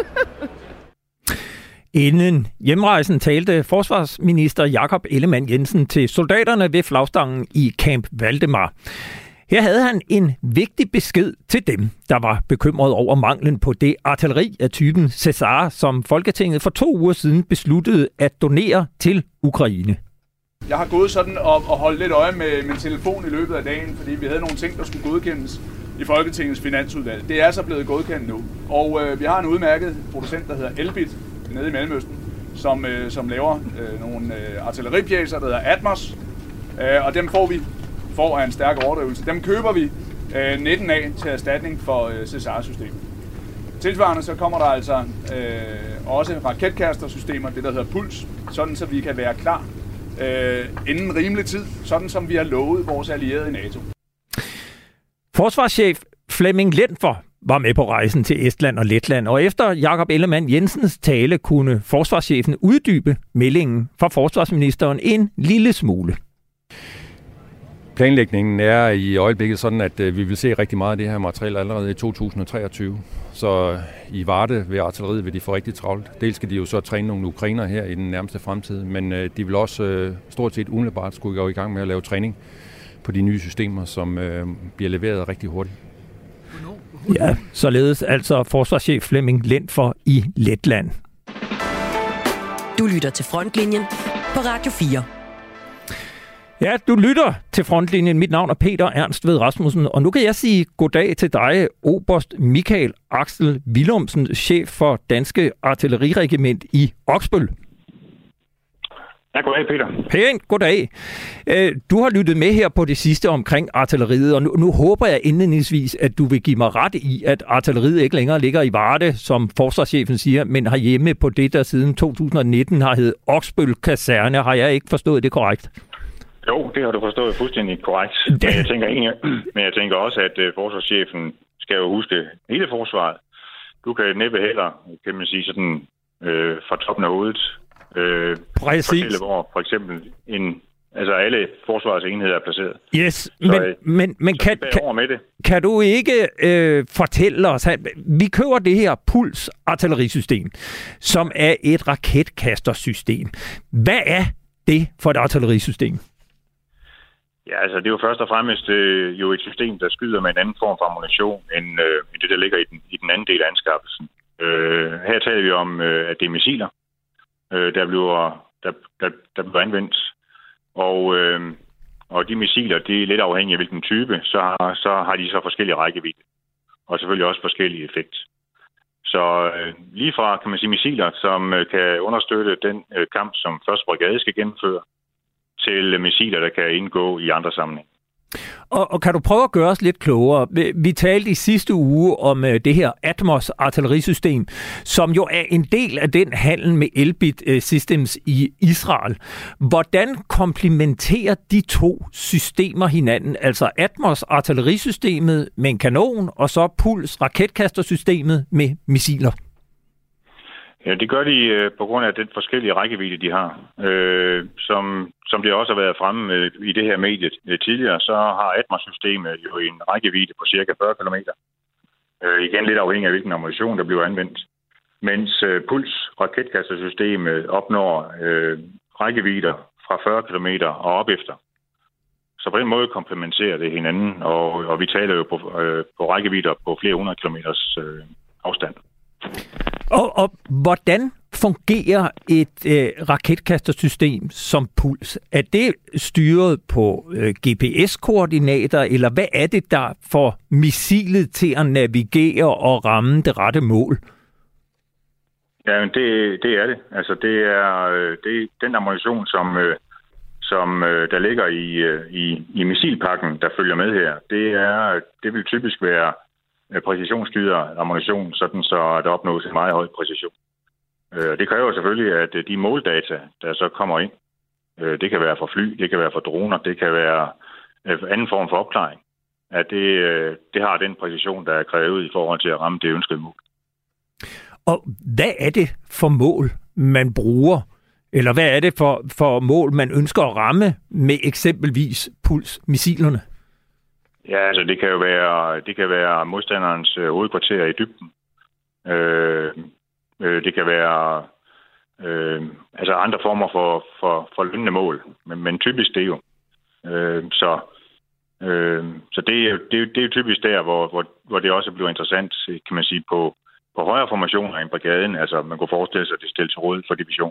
Inden hjemrejsen talte forsvarsminister Jakob Ellemann-Jensen til soldaterne ved flagstangen i Camp Valdemar. Her havde han en vigtig besked til dem, der var bekymret over manglen på det artilleri af typen Cesar, som Folketinget for to uger siden besluttede at donere til Ukraine. Jeg har gået sådan og, og holdt lidt øje med min telefon i løbet af dagen, fordi vi havde nogle ting, der skulle godkendes i Folketingets finansudvalg. Det er så blevet godkendt nu, og øh, vi har en udmærket producent, der hedder Elbit, nede i Mellemøsten, som, øh, som laver øh, nogle øh, artilleripjæser, der hedder Atmos, øh, og dem får vi for en stærk overdrivelse. Dem køber vi øh, nitten af til erstatning for øh, Cesar-systemet. Tilsvarende så kommer der altså øh, også raketkastersystemer, det der hedder Puls, sådan så vi kan være klar øh, inden rimelig tid, sådan som vi har lovet vores allierede i NATO. Forsvarschef Flemming Lentfor var med på rejsen til Estland og Letland. Og efter Jakob Ellemann-Jensens tale kunne forsvarschefen uddybe meldingen fra forsvarsministeren en lille smule. Planlægningen er i øjeblikket sådan, at vi vil se rigtig meget af det her materiel allerede i to tusind og treogtyve. Så i Varde ved artilleriet vil de få rigtig travlt. Dels skal de jo så træne nogle ukrainer her i den nærmeste fremtid, men de vil også stort set umiddelbart skulle gå i gang med at lave træning på de nye systemer, som bliver leveret rigtig hurtigt. Ja, således altså forsvarschef Flemming Lendfer i Letland. Du lytter til Frontlinjen på Radio fire. Ja, du lytter til Frontlinjen. Mit navn er Peter Ernst Ved Rasmussen, og nu kan jeg sige goddag til dig, oberst Michael Axel Willumsen, chef for Danske Artilleriregiment i Oksbøl. Ja, goddag, Peter. Pænt, goddag. Du har lyttet med her på det sidste omkring artilleriet, og nu, nu håber jeg indledningsvis, at du vil give mig ret i, at artilleriet ikke længere ligger i Varde, som forsvarschefen siger, men har hjemme på det, der siden to tusind og nitten har heddet Oksbøl Kaserne. Har jeg ikke forstået det korrekt? Jo, det har du forstået fuldstændig korrekt. Men jeg tænker, egentlig, men jeg tænker også, at uh, forsvarschefen skal jo huske hele forsvaret. Du kan næppe heller, kan man sige, sådan øh, fra toppen af hovedet øh, fortælle, hvor for eksempel en, altså alle forsvarets enheder er placeret. Yes, så, men, øh, men, men kan, kan, med det. kan du ikke øh, fortælle os, at vi køber det her Puls-artillerisystem, som er et raketkastersystem. Hvad er det for et artillerisystem? Ja, altså det er jo først og fremmest øh, jo et system, der skyder med en anden form for ammunition, end, øh, end det, der ligger i den, i den anden del af anskaffelsen. Øh, her taler vi om, øh, at det er missiler, øh, der, bliver, der, der, der bliver anvendt. Og, øh, og de missiler, det er lidt afhængigt af hvilken type, så har, så har de så forskellige rækkevidde. Og selvfølgelig også forskellige effekt. Så øh, lige fra, kan man sige, missiler, som øh, kan understøtte den øh, kamp, som første brigade skal gennemføre, til missiler, der kan indgå i andre sammenhæng. Og, og kan du prøve at gøre os lidt klogere? Vi talte i sidste uge om uh, det her Atmos artillerisystem, som jo er en del af den handel med Elbit uh, Systems i Israel. Hvordan komplementerer de to systemer hinanden? Altså Atmos artillerisystemet med en kanon, og så Puls raketkastersystemet med missiler? Ja, det gør de øh, på grund af den forskellige rækkevidde, de har. Øh, som, som det også har været fremme øh, i det her medie øh, tidligere, så har Atmos-systemet jo en rækkevidde på cirka fyrre kilometer. Øh, igen lidt afhængig af, hvilken ammunition, der bliver anvendt. Mens øh, Puls raketkastersystemet opnår øh, rækkevidder fra fyrre kilometer og op efter. Så på den måde komplementerer det hinanden, og, og vi taler jo på, øh, på rækkevidder på flere hundrede kilometers øh, afstand. Og, og hvordan fungerer et øh, raketkastersystem som Puls? Er det styret på øh, G P S-koordinater, eller hvad er det, der får missilet til at navigere og ramme det rette mål? Ja, det, det er det. Altså, det er, det er den ammunition, som, øh, som øh, der ligger i, øh, i, i missilpakken, der følger med her. Det, er, det vil typisk være præcisionsstyret ammunition, sådan så der opnås en meget høj præcision. Det kræver selvfølgelig, at de måldata, der så kommer ind, det kan være fra fly, det kan være fra droner, det kan være anden form for opklaring, at det, det har den præcision, der er krævet i forhold til at ramme det ønskede mål. Og hvad er det for mål, man bruger? Eller hvad er det for, for mål, man ønsker at ramme med eksempelvis Puls-missilerne? Ja, altså det kan jo være, det kan være modstanderens øh, hovedkvarter i dybden. Øh, øh, det kan være øh, altså andre former for, for, for lønnende mål, men, men typisk det jo. Øh, så øh, så det, er, det, det er jo typisk der, hvor, hvor, hvor det også bliver interessant, kan man sige, på, på højere formationer i brigaden. Altså man kunne forestille sig, at det stilles til råd for division.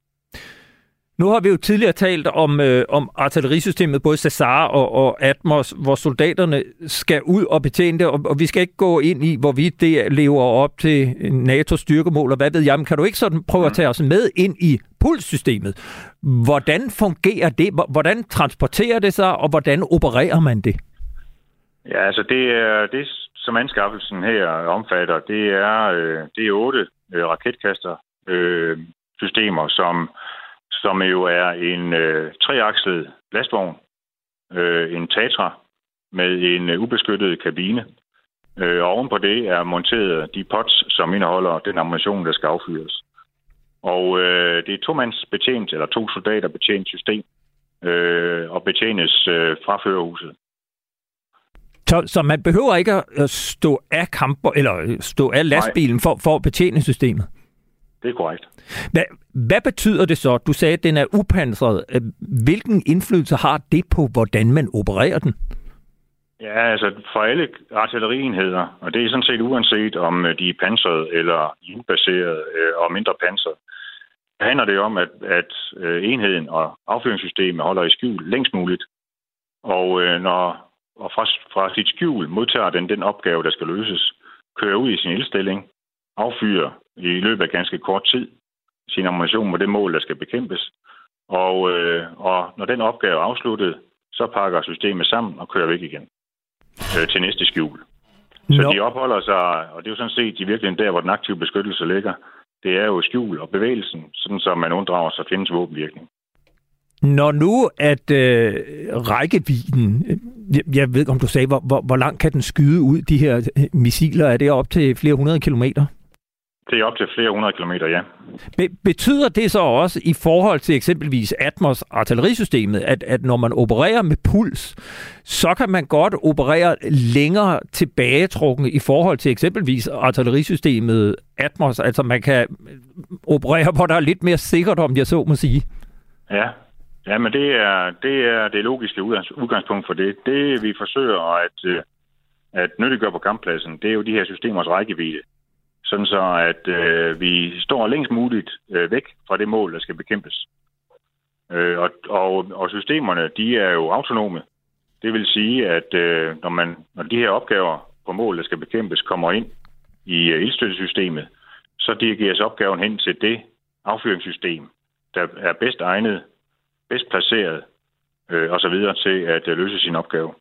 Nu har vi jo tidligere talt om, øh, om artillerisystemet, både Cesar og, og Atmos, hvor soldaterne skal ud og betjene det, og, og vi skal ikke gå ind i, hvorvidt det lever op til NATO's styrkemål, og hvad ved jeg, men kan du ikke sådan prøve at tage os med ind i Puls-systemet? Hvordan fungerer det? Hvordan transporterer det sig, og hvordan opererer man det? Ja, altså det er det, som anskaffelsen her omfatter, det er, øh, det er otte øh, raketkaster øh, systemer, som som jo er en øh, treakslet lastvogn, øh, en Tatra med en øh, ubeskyttet kabine, Øh, og ovenpå det er monteret de pots, som indeholder den ammunition, der skal affyres. Og øh, det er to-mands betjent, eller to soldater betjent system, øh, og betjenes øh, fra førerhuset. Så, så man behøver ikke at stå af kamper, eller stå af lastbilen for, for at betjene systemet? Det er korrekt. Hvad, hvad betyder det så? Du sagde, at den er upansret. Hvilken indflydelse har det på, hvordan man opererer den? Ja, altså for alle artillerienheder, og det er sådan set uanset om de er pansret eller hjulbaseret og mindre pansret, handler det om, at, at enheden og affyringssystemet holder i skjul længst muligt. Og når og fra, fra sit skjul modtager den den opgave, der skal løses, kører ud i sin indstilling, affyrer i løbet af ganske kort tid sin ammunition med det mål, der skal bekæmpes. Og, øh, og når den opgave er afsluttet, så pakker systemet sammen og kører væk igen øh, til næste skjul. Så no. de opholder sig, og det er jo sådan set i virkeligheden der, hvor den aktive beskyttelse ligger, det er jo skjul og bevægelsen, sådan så man unddrager sig fjendens våbenvirkning. Når nu at øh, rækkevidden, jeg, jeg ved ikke om du sagde, hvor, hvor, hvor langt kan den skyde ud, de her missiler? Er det op til flere hundrede kilometer? Det er op til flere hundrede kilometer, ja. Be- betyder det så også i forhold til eksempelvis Atmos artillerisystemet, at, at når man opererer med puls, så kan man godt operere længere tilbagetrukken i forhold til eksempelvis artillerisystemet Atmos? Altså man kan operere, hvor der er lidt mere sikkert, om jeg så må sige. Ja, ja, men det er det, er det logiske udgangspunkt for det. Det vi forsøger at, at nyttiggøre på kamppladsen, det er jo de her systemers rækkevidde. Sådan så, at øh, vi står længst muligt øh, væk fra det mål, der skal bekæmpes. Øh, og, og, og systemerne, de er jo autonome. Det vil sige, at øh, når, man, når de her opgaver på mål, der skal bekæmpes, kommer ind i øh, ildstøttesystemet, så dirigeres opgaven hen til det affyringssystem, der er bedst egnet, bedst placeret øh, osv. til at øh, løse sin opgave.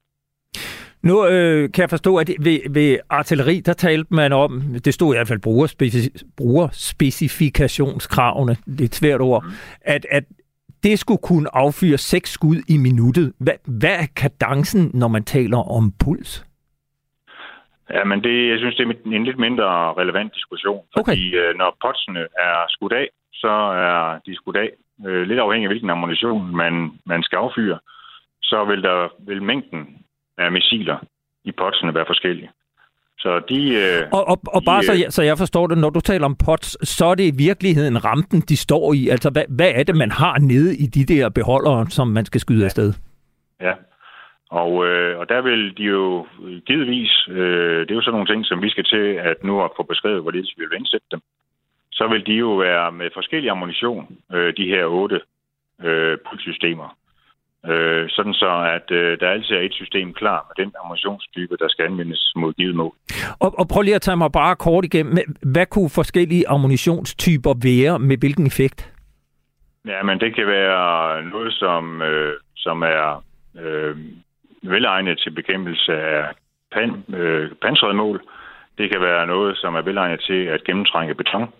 Nu øh, kan jeg forstå, at ved, ved artilleri, der talte man om, det stod i hvert fald brugerspeci- brugerspecifikationskravene, det er et svært ord, mm. at, at det skulle kunne affyre seks skud i minuttet. Hvad, hvad er kadencen, når man taler om puls? Ja, men det, jeg synes, det er en lidt mindre relevant diskussion, fordi okay. øh, når potsene er skudt af, så er de skudt af. Øh, lidt afhængig af, hvilken ammunition man, man skal affyre, så vil, der, vil mængden af missiler i potsene være forskellige. Så de... Øh, og, og, og de, bare så jeg, så jeg forstår det, når du taler om pots, så er det i virkeligheden rampen, de står i. Altså, hvad, hvad er det, man har nede i de der beholdere, som man skal skyde afsted? Ja, og, øh, og der vil de jo givetvis... Øh, det er jo sådan nogle ting, som vi skal til at nu at få beskrevet, hvor det vi vil indsætte dem. Så vil de jo være med forskellige ammunition, øh, de her otte øh, pulssystemer. Øh, sådan så, at øh, der altid er et system klar med den ammunitionstype, der skal anvendes mod givet mål. Og, og prøv lige at tage mig bare kort igennem. Hvad kunne forskellige ammunitionstyper være med hvilken effekt? Ja, men det kan være noget, som, øh, som er øh, velegnet til bekæmpelse af pan, øh, pansrede mål. Det kan være noget, som er velegnet til at gennemtrænge beton.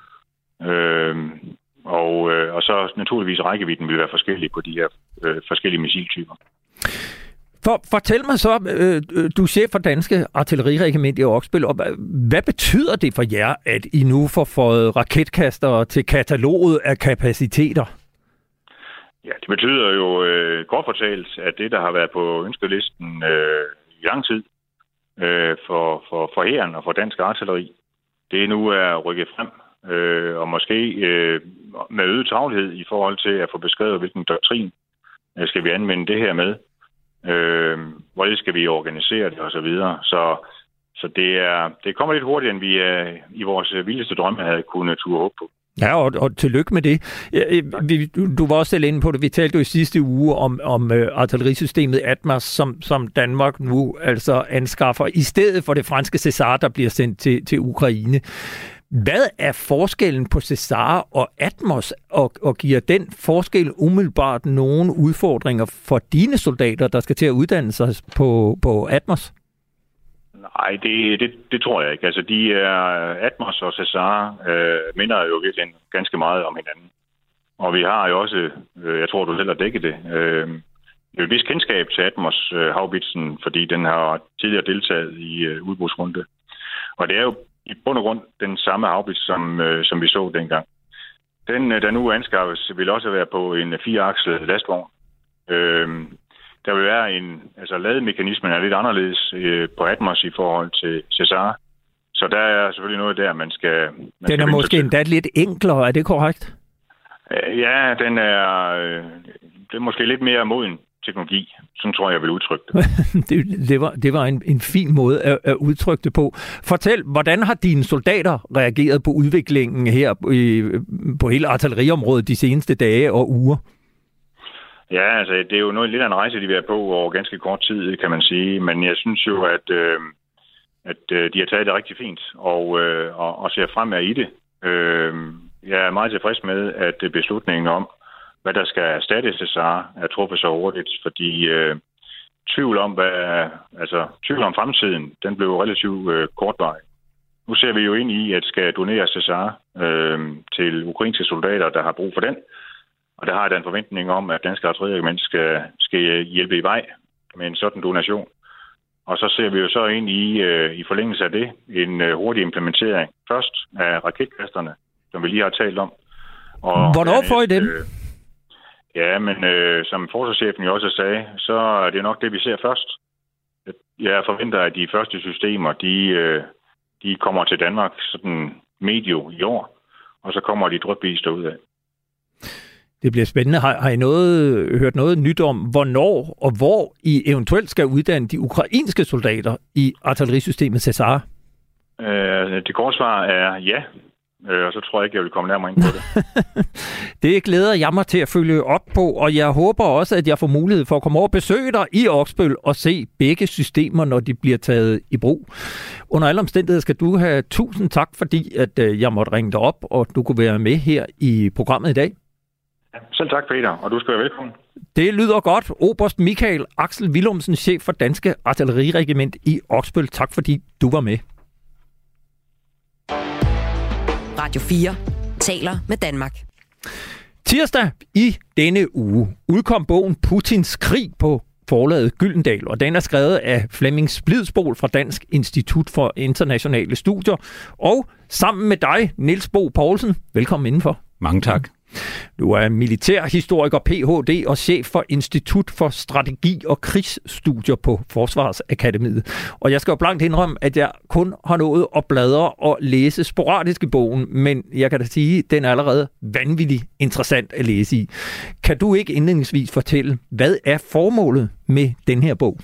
Øh, Og, øh, og så naturligvis rækkevidden vil være forskellig på de her øh, forskellige missiltyper. For, fortæl mig så, øh, du er chef for Danske Artilleriregiment i Oksbøl, og hvad betyder det for jer, at I nu får fået raketkastere til kataloget af kapaciteter? Ja, det betyder jo øh, kort fortalt, at det, der har været på ønskelisten øh, i lang tid øh, for, for, for hæren og for dansk artilleri, det nu er rykket frem. Øh, og måske øh, med øget travlhed i forhold til at få beskrevet, hvilken doktrin øh, skal vi anvende det her med. Øh, hvordan skal vi organisere det osv. Så, så det, er, det kommer lidt hurtigere, end vi øh, i vores vildeste drømme havde kunnet ture håbe på. Ja, og, og tillykke med det. Vi, du var også selv inde på det. Vi talte jo i sidste uge om, om uh, artillerisystemet Atmos, som, som Danmark nu altså anskaffer, i stedet for det franske César, der bliver sendt til, til Ukraine. Hvad er forskellen på César og Atmos, og, og giver den forskel umiddelbart nogle udfordringer for dine soldater, der skal til at uddanne sig på, på Atmos? Nej, det, det, det tror jeg ikke. Altså, de er, Atmos og César øh, minder jo virkelig ganske meget om hinanden. Og vi har jo også, øh, jeg tror du selv har dækket det, øh, et vist kendskab til Atmos øh, havbitsen, fordi den har tidligere deltaget i øh, udbrudsrunde. Og det er jo i bund og grund den samme havbits, som, øh, som vi så dengang. Den, der nu anskaffes, vil også være på en fireakslet lastvogn. Øh, der vil være en, altså lademekanismen er lidt anderledes øh, på Atmos i forhold til Cesar. Så der er selvfølgelig noget der, man skal... Man den skal er måske endda lidt enklere, er det korrekt? Øh, ja, den er, øh, det er måske lidt mere moden teknologi. Sådan tror jeg, jeg vil udtrykke det. det, det var, det var en, en fin måde at, at udtrykke det på. Fortæl, hvordan har dine soldater reageret på udviklingen her i, på hele artilleriområdet de seneste dage og uger? Ja, altså det er jo noget lidt af en rejse, de vil være på over ganske kort tid, kan man sige. Men jeg synes jo, at, øh, at øh, de har taget det rigtig fint og, øh, og, og ser fremad i det. Øh, jeg er meget tilfreds med, at beslutningen om, hvad der skal erstatte Cesar, er truffet så hurtigt, fordi øh, tvivl om, hvad, altså, tvivl om fremtiden, den blev relativt øh, kortvarig. Nu ser vi jo ind i, at skal donere Cesar øh, til ukrainske soldater, der har brug for den. Og der har jeg en forventning om, at danske artilleriregiment skal, skal hjælpe i vej med en sådan donation. Og så ser vi jo så ind i, øh, i forlængelse af det, en øh, hurtig implementering. Først af raketkasterne, som vi lige har talt om. Og hvornår får I dem? Øh, ja, men øh, som forsvarschefen jo også sagde, så er det nok det, vi ser først. Jeg forventer, at de første systemer, de, øh, de kommer til Danmark sådan medio i år, og så kommer de drypvis derudad. Det bliver spændende. Har, har I noget, hørt noget nyt om, hvornår og hvor I eventuelt skal uddanne de ukrainske soldater i artillerisystemet Cesar? Øh, det korte svar er ja, øh, og så tror jeg ikke, jeg vil komme nærmere ind på det. Det glæder jeg mig til at følge op på, og jeg håber også, at jeg får mulighed for at komme over og besøge dig i Oksbøl og se begge systemer, når de bliver taget i brug. Under alle omstændigheder skal du have tusind tak, fordi at jeg måtte ringe dig op, og du kunne være med her i programmet i dag. Selv tak, Peter, og du skal være velkommen. Det lyder godt. Oberst Michael Axel Willumsen, chef for Danske Artilleriregiment i Oksbøl. Tak fordi du var med. Radio fire taler med Danmark. Tirsdag i denne uge udkom bogen Putins krig på forlaget Gyldendal, og den er skrevet af Flemming Splidsbol fra Dansk Institut for Internationale Studier. Og sammen med dig, Niels Bo Poulsen, velkommen indenfor. Mange tak. Du er militærhistoriker, P H D og chef for Institut for Strategi og Krigsstudier på Forsvarsakademiet. Og jeg skal jo blankt indrømme, at jeg kun har nået at bladre og læse sporadisk i bogen, men jeg kan da sige, at den er allerede vanvittigt interessant at læse i. Kan du ikke indledningsvis fortælle, hvad er formålet med den her bog?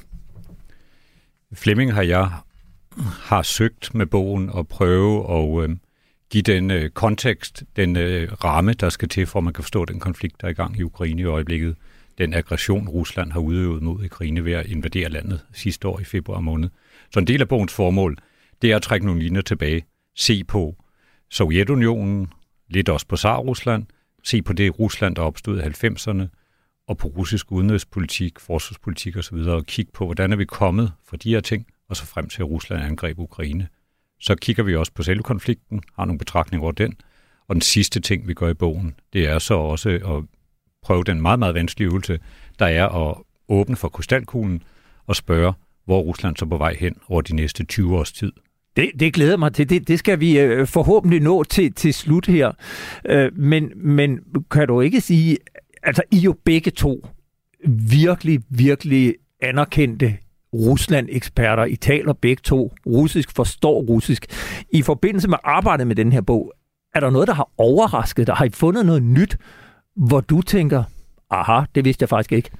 Flemming har jeg har søgt med bogen at prøve at øh, give den øh, kontekst, den øh, ramme, der skal til, for at man kan forstå den konflikt, der er i gang i Ukraine i øjeblikket. Den aggression, Rusland har udøvet mod Ukraine ved at invadere landet sidste år i februar måned. Så en del af bogens formål, det er at trække nogle linjer tilbage. Se på Sovjetunionen, lidt også på Tsar-Rusland, se på det Rusland, der opstod i halvfemserne, og på russisk udenrigspolitik, forsvarspolitik osv., og kigge på, hvordan er vi kommet fra de her ting, og så frem til, at Rusland angreb Ukraine. Så kigger vi også på selve konflikten, har nogle betragtninger over den. Og den sidste ting, vi gør i bogen, det er så også at prøve den meget, meget vanskelige øvelse, der er at åbne for krystalkuglen og spørge, hvor Rusland så på vej hen over de næste tyve års tid. Det, det glæder mig til. Det, det skal vi øh, forhåbentlig nå til, til slut her. Øh, men, men kan du ikke sige, altså I jo begge to virkelig, virkelig anerkendte Rusland-eksperter. I taler begge to russisk, forstår russisk. I forbindelse med arbejdet med den her bog, er der noget, der har overrasket dig? Har I fundet noget nyt, hvor du tænker, aha, det vidste jeg faktisk ikke?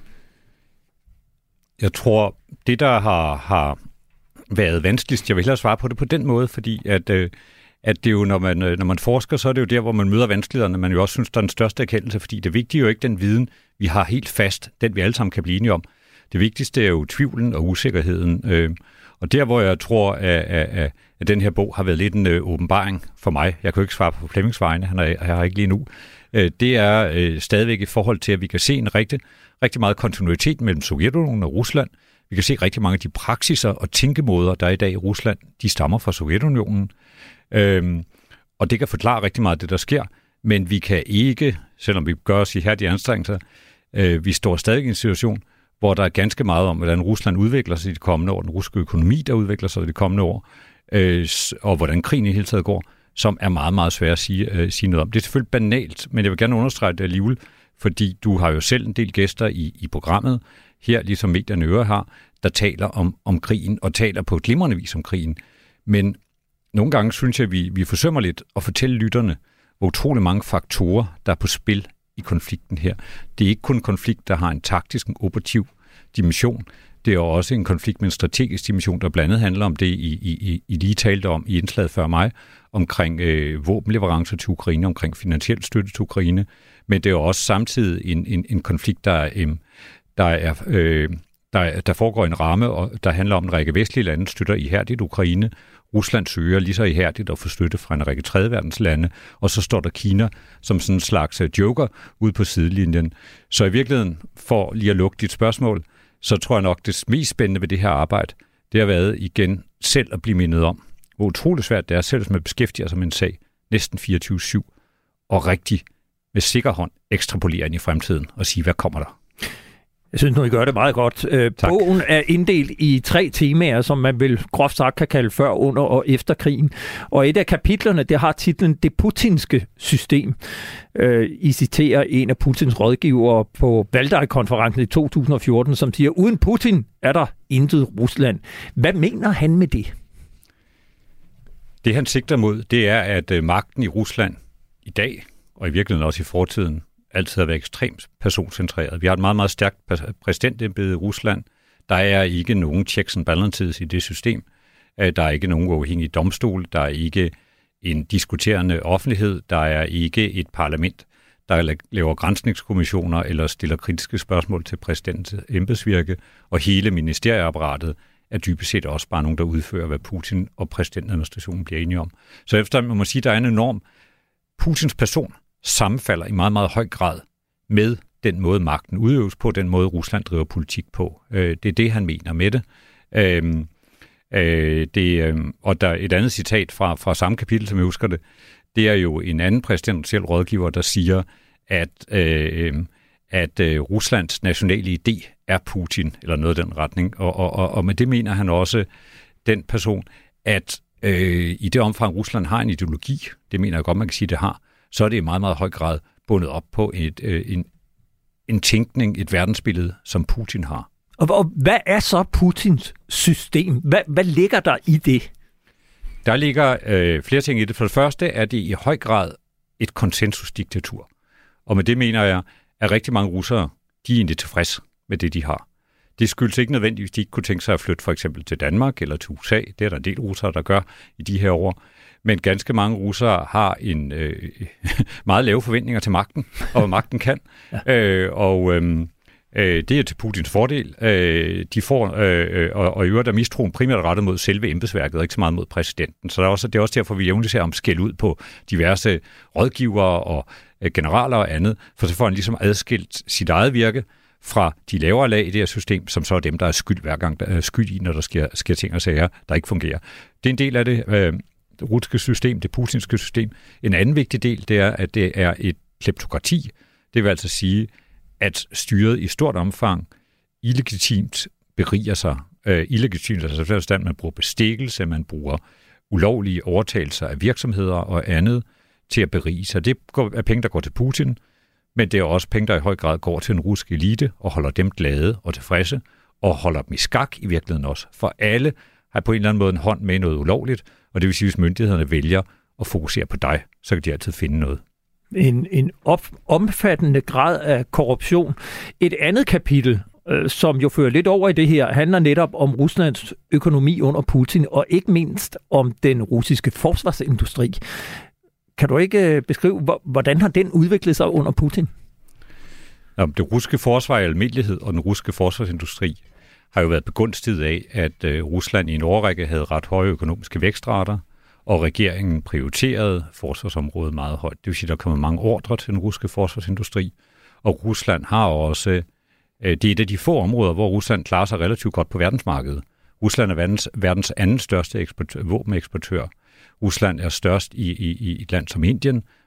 Jeg tror, det der har, har været vanskeligst, jeg vil hellere svare på det på den måde, fordi at, øh, at det jo, når man, når man forsker, så er det jo der, hvor man møder vanskelighederne, man jo også synes, der er den største erkendelse, fordi det vigtige er jo ikke den viden, vi har helt fast, den vi alle sammen kan blive enige om. Det vigtigste er jo tvivlen og usikkerheden. Øh, og der, hvor jeg tror, at, at, at den her bog har været lidt en øh, åbenbaring for mig, jeg kan jo ikke svare på Flemmings vegne, han er, jeg har ikke lige nu, øh, det er øh, stadigvæk i forhold til, at vi kan se en rigtig, rigtig meget kontinuitet mellem Sovjetunionen og Rusland. Vi kan se rigtig mange af de praksiser og tænkemåder, der er i dag i Rusland, de stammer fra Sovjetunionen. Øh, og det kan forklare rigtig meget af det, der sker. Men vi kan ikke, selvom vi gør os i her de anstrengelser, øh, vi står stadig i en situation, hvor der er ganske meget om, hvordan Rusland udvikler sig i de kommende år, den russiske økonomi, der udvikler sig i de kommende år, øh, og hvordan krigen i hele taget går, som er meget, meget svært at sige, øh, sige noget om. Det er selvfølgelig banalt, men jeg vil gerne understrege det alligevel, fordi du har jo selv en del gæster i, i programmet, her ligesom medierne øvrigt har, der taler om, om krigen, og taler på glimrende vis om krigen. Men nogle gange synes jeg, at vi, vi forsømmer lidt at fortælle lytterne, hvor utrolig mange faktorer, der er på spil i konflikten her. Det er ikke kun en konflikt, der har en taktisk, en operativ dimension. Det er også en konflikt med en strategisk dimension, der blandt andet handler om det, I, I, I lige talte om i indslaget før mig, omkring øh, våbenleverancer til Ukraine, omkring finansiel støtte til Ukraine. Men det er også samtidig en, en, en konflikt, der er, øh, der, er, øh, der, der foregår en ramme, og der handler om en række vestlige lande, støtter ihærdigt Ukraine. Rusland søger lige så ihærdigt at få støtte fra en række tredjeverdens lande, og så står der Kina som sådan en slags joker ude på sidelinjen. Så i virkeligheden, for lige at lukke dit spørgsmål, så tror jeg nok, det mest spændende ved det her arbejde, det har været igen selv at blive mindet om, hvor utroligt svært det er, selv hvis man beskæftiger sig med en sag næsten fireogtyve syv, og rigtig med sikker hånd ekstrapolere ind i fremtiden og sige, hvad kommer der? Jeg synes nu, I gør det meget godt. Øh, bogen er inddelt i tre temaer, som man vil groft sagt kan kalde før, under og efter krigen. Og et af kapitlerne, det har titlen Det putinske system. Øh, I citerer en af Putins rådgivere på Valdaj-konferencen i to tusind og fjorten, som siger, uden Putin er der intet Rusland. Hvad mener han med det? Det han sigter mod, det er, at magten i Rusland i dag, og i virkeligheden også i fortiden, altid har været ekstremt personcentreret. Vi har et meget, meget stærkt præsidentembede i Rusland. Der er ikke nogen checks and balances i det system. Der er ikke nogen uafhængige domstol. Der er ikke en diskuterende offentlighed. Der er ikke et parlament, der laver granskningskommissioner eller stiller kritiske spørgsmål til præsidentens embedsvirke. Og hele ministerieapparatet er dybest set også bare nogen, der udfører, hvad Putin og præsidentadministrationen bliver enige om. Så efter man må sige, at der er en enorm Putins person sammenfalder i meget, meget høj grad med den måde, magten udøves på, den måde, Rusland driver politik på. Det er det, han mener med det. det og der er et andet citat fra, fra samme kapitel, som jeg husker det, det er jo en anden præsidentiel rådgiver, der siger, at, at Ruslands nationale idé er Putin, eller noget i den retning. Og, og, og med det mener han også, den person, at øh, i det omfang, Rusland har en ideologi, det mener jeg godt, man kan sige, det har, så er det i meget, meget høj grad bundet op på et, øh, en, en tænkning, et verdensbillede, som Putin har. Og, og hvad er så Putins system? Hvad, hvad ligger der i det? Der ligger øh, flere ting i det. For det første er det i høj grad et konsensusdiktatur. Og med det mener jeg, at rigtig mange russere, de er egentlig tilfreds med det, de har. Det skyldes ikke nødvendigvis, de ikke kunne tænke sig at flytte for eksempel til Danmark eller til U S A. Det er der en del russere, der gør i de her år. Men ganske mange russere har en øh, meget lave forventninger til magten, og hvad magten kan. Ja. Øh, og øh, det er til Putins fordel. Øh, de får, øh, og, og i øvrigt er mistroen primært rettet mod selve embedsværket, og ikke så meget mod præsidenten. Så der er også, det er også derfor, vi jævnligt ser om skæld ud på diverse rådgivere og øh, generaler og andet, for så får han ligesom adskilt sit eget virke fra de lavere lag i det her system, som så er dem, der er skyld hver gang, der er skyld i, når der sker, sker ting og sager, der ikke fungerer. Det er en del af det. Øh, Det russiske system, det putinske system. En anden vigtig del, det er, at det er et kleptokrati. Det vil altså sige, at styret i stort omfang illegitimt beriger sig. Uh, illegitimt, altså for forstand, man bruger bestikkelse, man bruger ulovlige overtagelser af virksomheder og andet til at berige sig. Det er penge, der går til Putin, men det er også penge, der i høj grad går til en russisk elite og holder dem glade og tilfredse, og holder dem i skak i virkeligheden også. For alle har på en eller anden måde en hånd med noget ulovligt, og det vil sige, hvis myndighederne vælger at fokusere på dig, så kan de altid finde noget. En, en op, omfattende grad af korruption. Et andet kapitel, øh, som jo fører lidt over i det her, handler netop om Ruslands økonomi under Putin, og ikke mindst om den russiske forsvarsindustri. Kan du ikke beskrive, hvordan har den udviklet sig under Putin? Det russiske forsvar i almindelighed og den russiske forsvarsindustri har jo været begunstiget af, at øh, Rusland i en årrække havde ret høje økonomiske vækstrater, og regeringen prioriterede forsvarsområdet meget højt. Det vil sige, at der kommer mange ordre til den russiske forsvarsindustri, og Rusland har også, øh, det er et af de få områder, hvor Rusland klarer sig relativt godt på verdensmarkedet. Rusland er verdens, verdens anden største eksport, våbeneksportør. Rusland er størst i, i, i et land som Indien,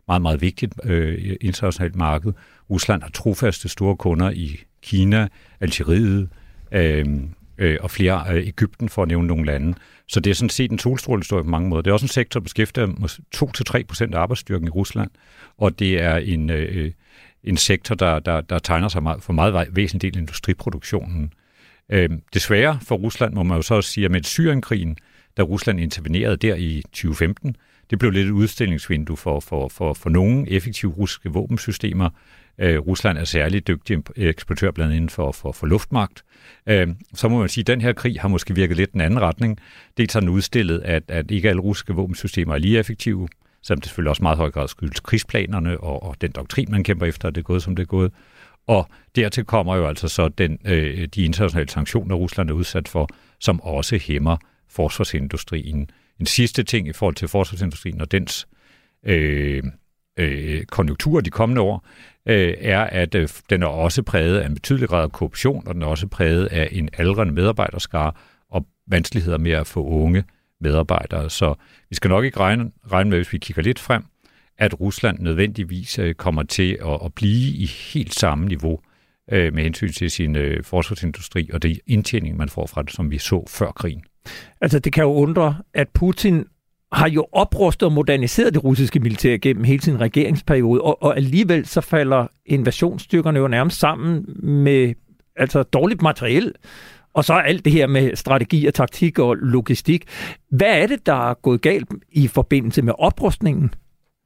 meget, meget vigtigt øh, internationalt marked. Rusland har trofaste store kunder i Kina, Algeriet øh, øh, og flere af Egypten, for at nævne nogle lande. Så det er sådan set en solstrålehistorie på mange måder. Det er også en sektor, der beskæftiger to til tre procent af arbejdsstyrken i Rusland, og det er en, øh, en sektor, der, der, der tegner sig meget, for meget væsentlig del af industriproduktionen. Øh, desværre for Rusland må man jo så også sige, at med Syrienkrigen, da Rusland intervenerede der i tyve femten, det blev lidt et udstillingsvindue for, for, for, for nogle effektive russiske våbensystemer. Øh, Rusland er særlig dygtig eksportør blandt andet inden for, for, for luftmagt. Øh, så må man sige, at den her krig har måske virket lidt den anden retning. Dels har den udstillet, at, at ikke alle russiske våbensystemer er lige effektive, selvom det selvfølgelig også meget høj grad skyldes krigsplanerne og, og den doktrin, man kæmper efter, at det er gået, som det er gået. Og dertil kommer jo altså så den, øh, de internationale sanktioner, Rusland er udsat for, som også hæmmer forsvarsindustrien. En sidste ting i forhold til forsvarsindustrien og dens øh, øh, konjunkturer de kommende år, øh, er, at øh, den er også præget af en betydelig grad af korruption, og den er også præget af en aldrende medarbejderskare og vanskeligheder med at få unge medarbejdere. Så vi skal nok ikke regne, regne med, hvis vi kigger lidt frem, at Rusland nødvendigvis øh, kommer til at, at blive i helt samme niveau øh, med hensyn til sin øh, forsvarsindustri og det indtjening, man får fra det, som vi så før krigen. Altså, det kan jo undre, at Putin har jo oprustet og moderniseret det russiske militær gennem hele sin regeringsperiode, og, og alligevel så falder invasionsstyrkerne jo nærmest sammen med altså dårligt materiel, og så er alt det her med strategi og taktik og logistik. Hvad er det, der er gået galt i forbindelse med oprustningen?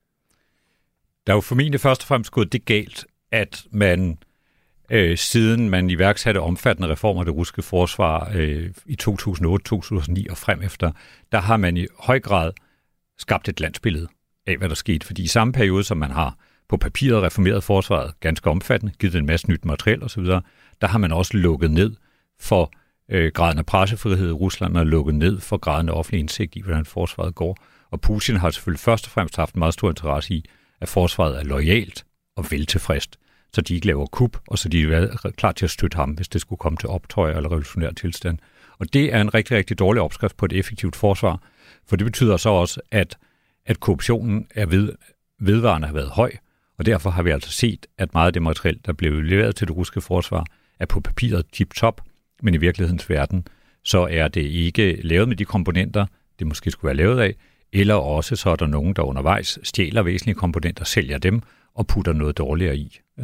Der er jo formentlig først og fremmest gået det galt, at man Øh, siden man iværksatte omfattende reformer af det russiske forsvar øh, i to tusind og otte til to tusind og ni og frem efter, der har man i høj grad skabt et glansbillede af, hvad der skete. Fordi i samme periode, som man har på papiret reformeret forsvaret ganske omfattende, givet en masse nyt materiel osv., der har man også lukket ned for øh, graden af pressefrihed i Rusland og lukket ned for graden af offentlig indsigt i, hvordan forsvaret går. Og Putin har selvfølgelig først og fremmest haft en meget stor interesse i, at forsvaret er loyalt og veltilfredst, så de ikke laver kup, og så de er klar til at støtte ham, hvis det skulle komme til optøjer eller revolutionær tilstand. Og det er en rigtig, rigtig dårlig opskrift på et effektivt forsvar, for det betyder så også, at, at korruptionen er ved, vedvarende har været høj, og derfor har vi altså set, at meget af det materiel, der blev leveret til det russiske forsvar, er på papiret tip-top, men i virkelighedens verden, så er det ikke lavet med de komponenter, det måske skulle være lavet af, eller også så er der nogen, der undervejs stjæler væsentlige komponenter, sælger dem og putter noget dårligere i. Ja.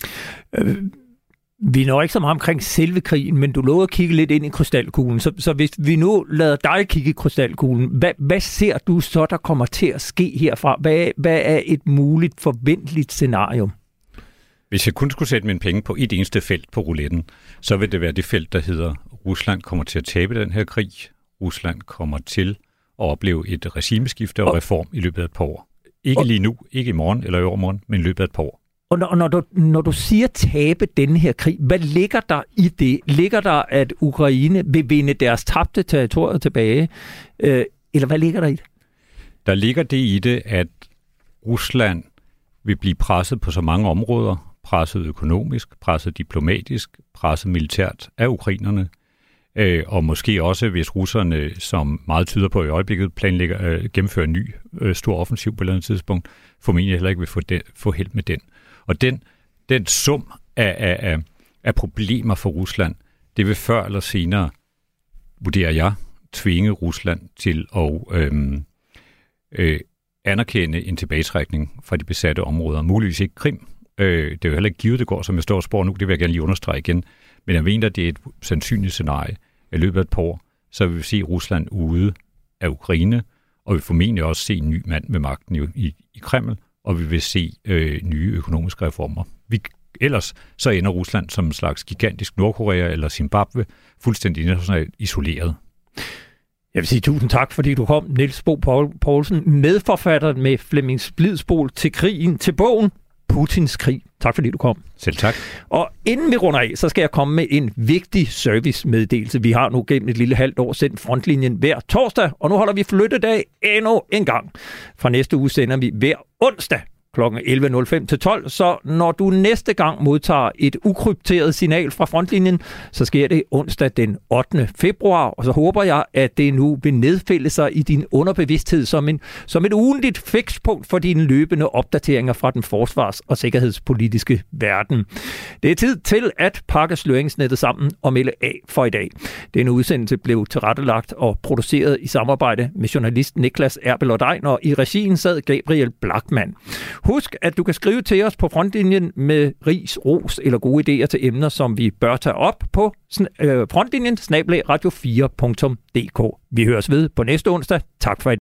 Øh, vi når ikke så meget omkring selve krigen, men du lover at kigge lidt ind i krystalkuglen. Så, så hvis vi nu lader dig kigge i krystalkuglen, hvad, hvad ser du så, der kommer til at ske herfra? Hvad, hvad er et muligt forventeligt scenarium? Hvis jeg kun skulle sætte mine penge på et eneste felt på rouletten, så vil det være det felt, der hedder, Rusland kommer til at tabe den her krig. Rusland kommer til at opleve et regimeskifte og reform i løbet af et par år. Ikke lige nu, ikke i morgen eller i overmorgen, men i løbet af et par år. Og når, når, du, når du siger tabe denne her krig, hvad ligger der i det? Ligger der, at Ukraine vil vinde deres tabte territorier tilbage? Øh, eller hvad ligger der i det? Der ligger det i det, at Rusland vil blive presset på så mange områder. Presset økonomisk, presset diplomatisk, presset militært af ukrainerne. Øh, og måske også, hvis russerne, som meget tyder på i øjeblikket, planlægger øh, gennemføre en ny øh, stor offensiv på et eller andet tidspunkt, formentlig heller ikke vil få, den, få held med den. Og den, den sum af, af, af, af problemer for Rusland, det vil før eller senere, vurderer jeg, tvinge Rusland til at øh, øh, anerkende en tilbagetrækning fra de besatte områder. Muligvis ikke Krim. Øh, det er jo heller ikke givet, det går, som jeg står og spår nu. Det vil jeg gerne lige understrege igen. Men jeg mener, det er et sandsynligt scenarie. I løbet af et par år, så vil vi se Rusland ude af Ukraine, og vi vil formentlig også se en ny mand med magten i, i, i Kreml, og vi vil se øh, nye økonomiske reformer. Vi, ellers så ender Rusland som en slags gigantisk Nordkorea eller Zimbabwe, fuldstændig internationalt isoleret. Jeg vil sige tusind tak, fordi du kom, Niels Bo Poulsen, medforfatter med Flemming Splidsbol til krigen, til bogen Putins krig. Tak fordi du kom. Selv tak. Og inden vi runder af, så skal jeg komme med en vigtig servicemeddelelse. Vi har nu gennem et lille halvt år sendt Frontlinjen hver torsdag, og nu holder vi flyttedag endnu en gang. Fra næste uge sender vi hver onsdag. klokken elleve nul fem til tolv, så når du næste gang modtager et ukrypteret signal fra frontlinjen, så sker det onsdag den ottende februar, og så håber jeg, at det nu vil nedfælde sig i din underbevidsthed som, en, som et ugentligt fikspunkt for dine løbende opdateringer fra den forsvars- og sikkerhedspolitiske verden. Det er tid til at pakke sløringsnettet sammen og melde af for i dag. Denne udsendelse blev tilrettelagt og produceret i samarbejde med journalist Niklas Erbel Odein, og i regien sad Gabriel Blachmann. Husk, at du kan skrive til os på frontlinjen med ris, ros eller gode idéer til emner, som vi bør tage op på frontlinjen snabel-a radio fire punktum d k. Vi høres ved på næste onsdag. Tak for i dag.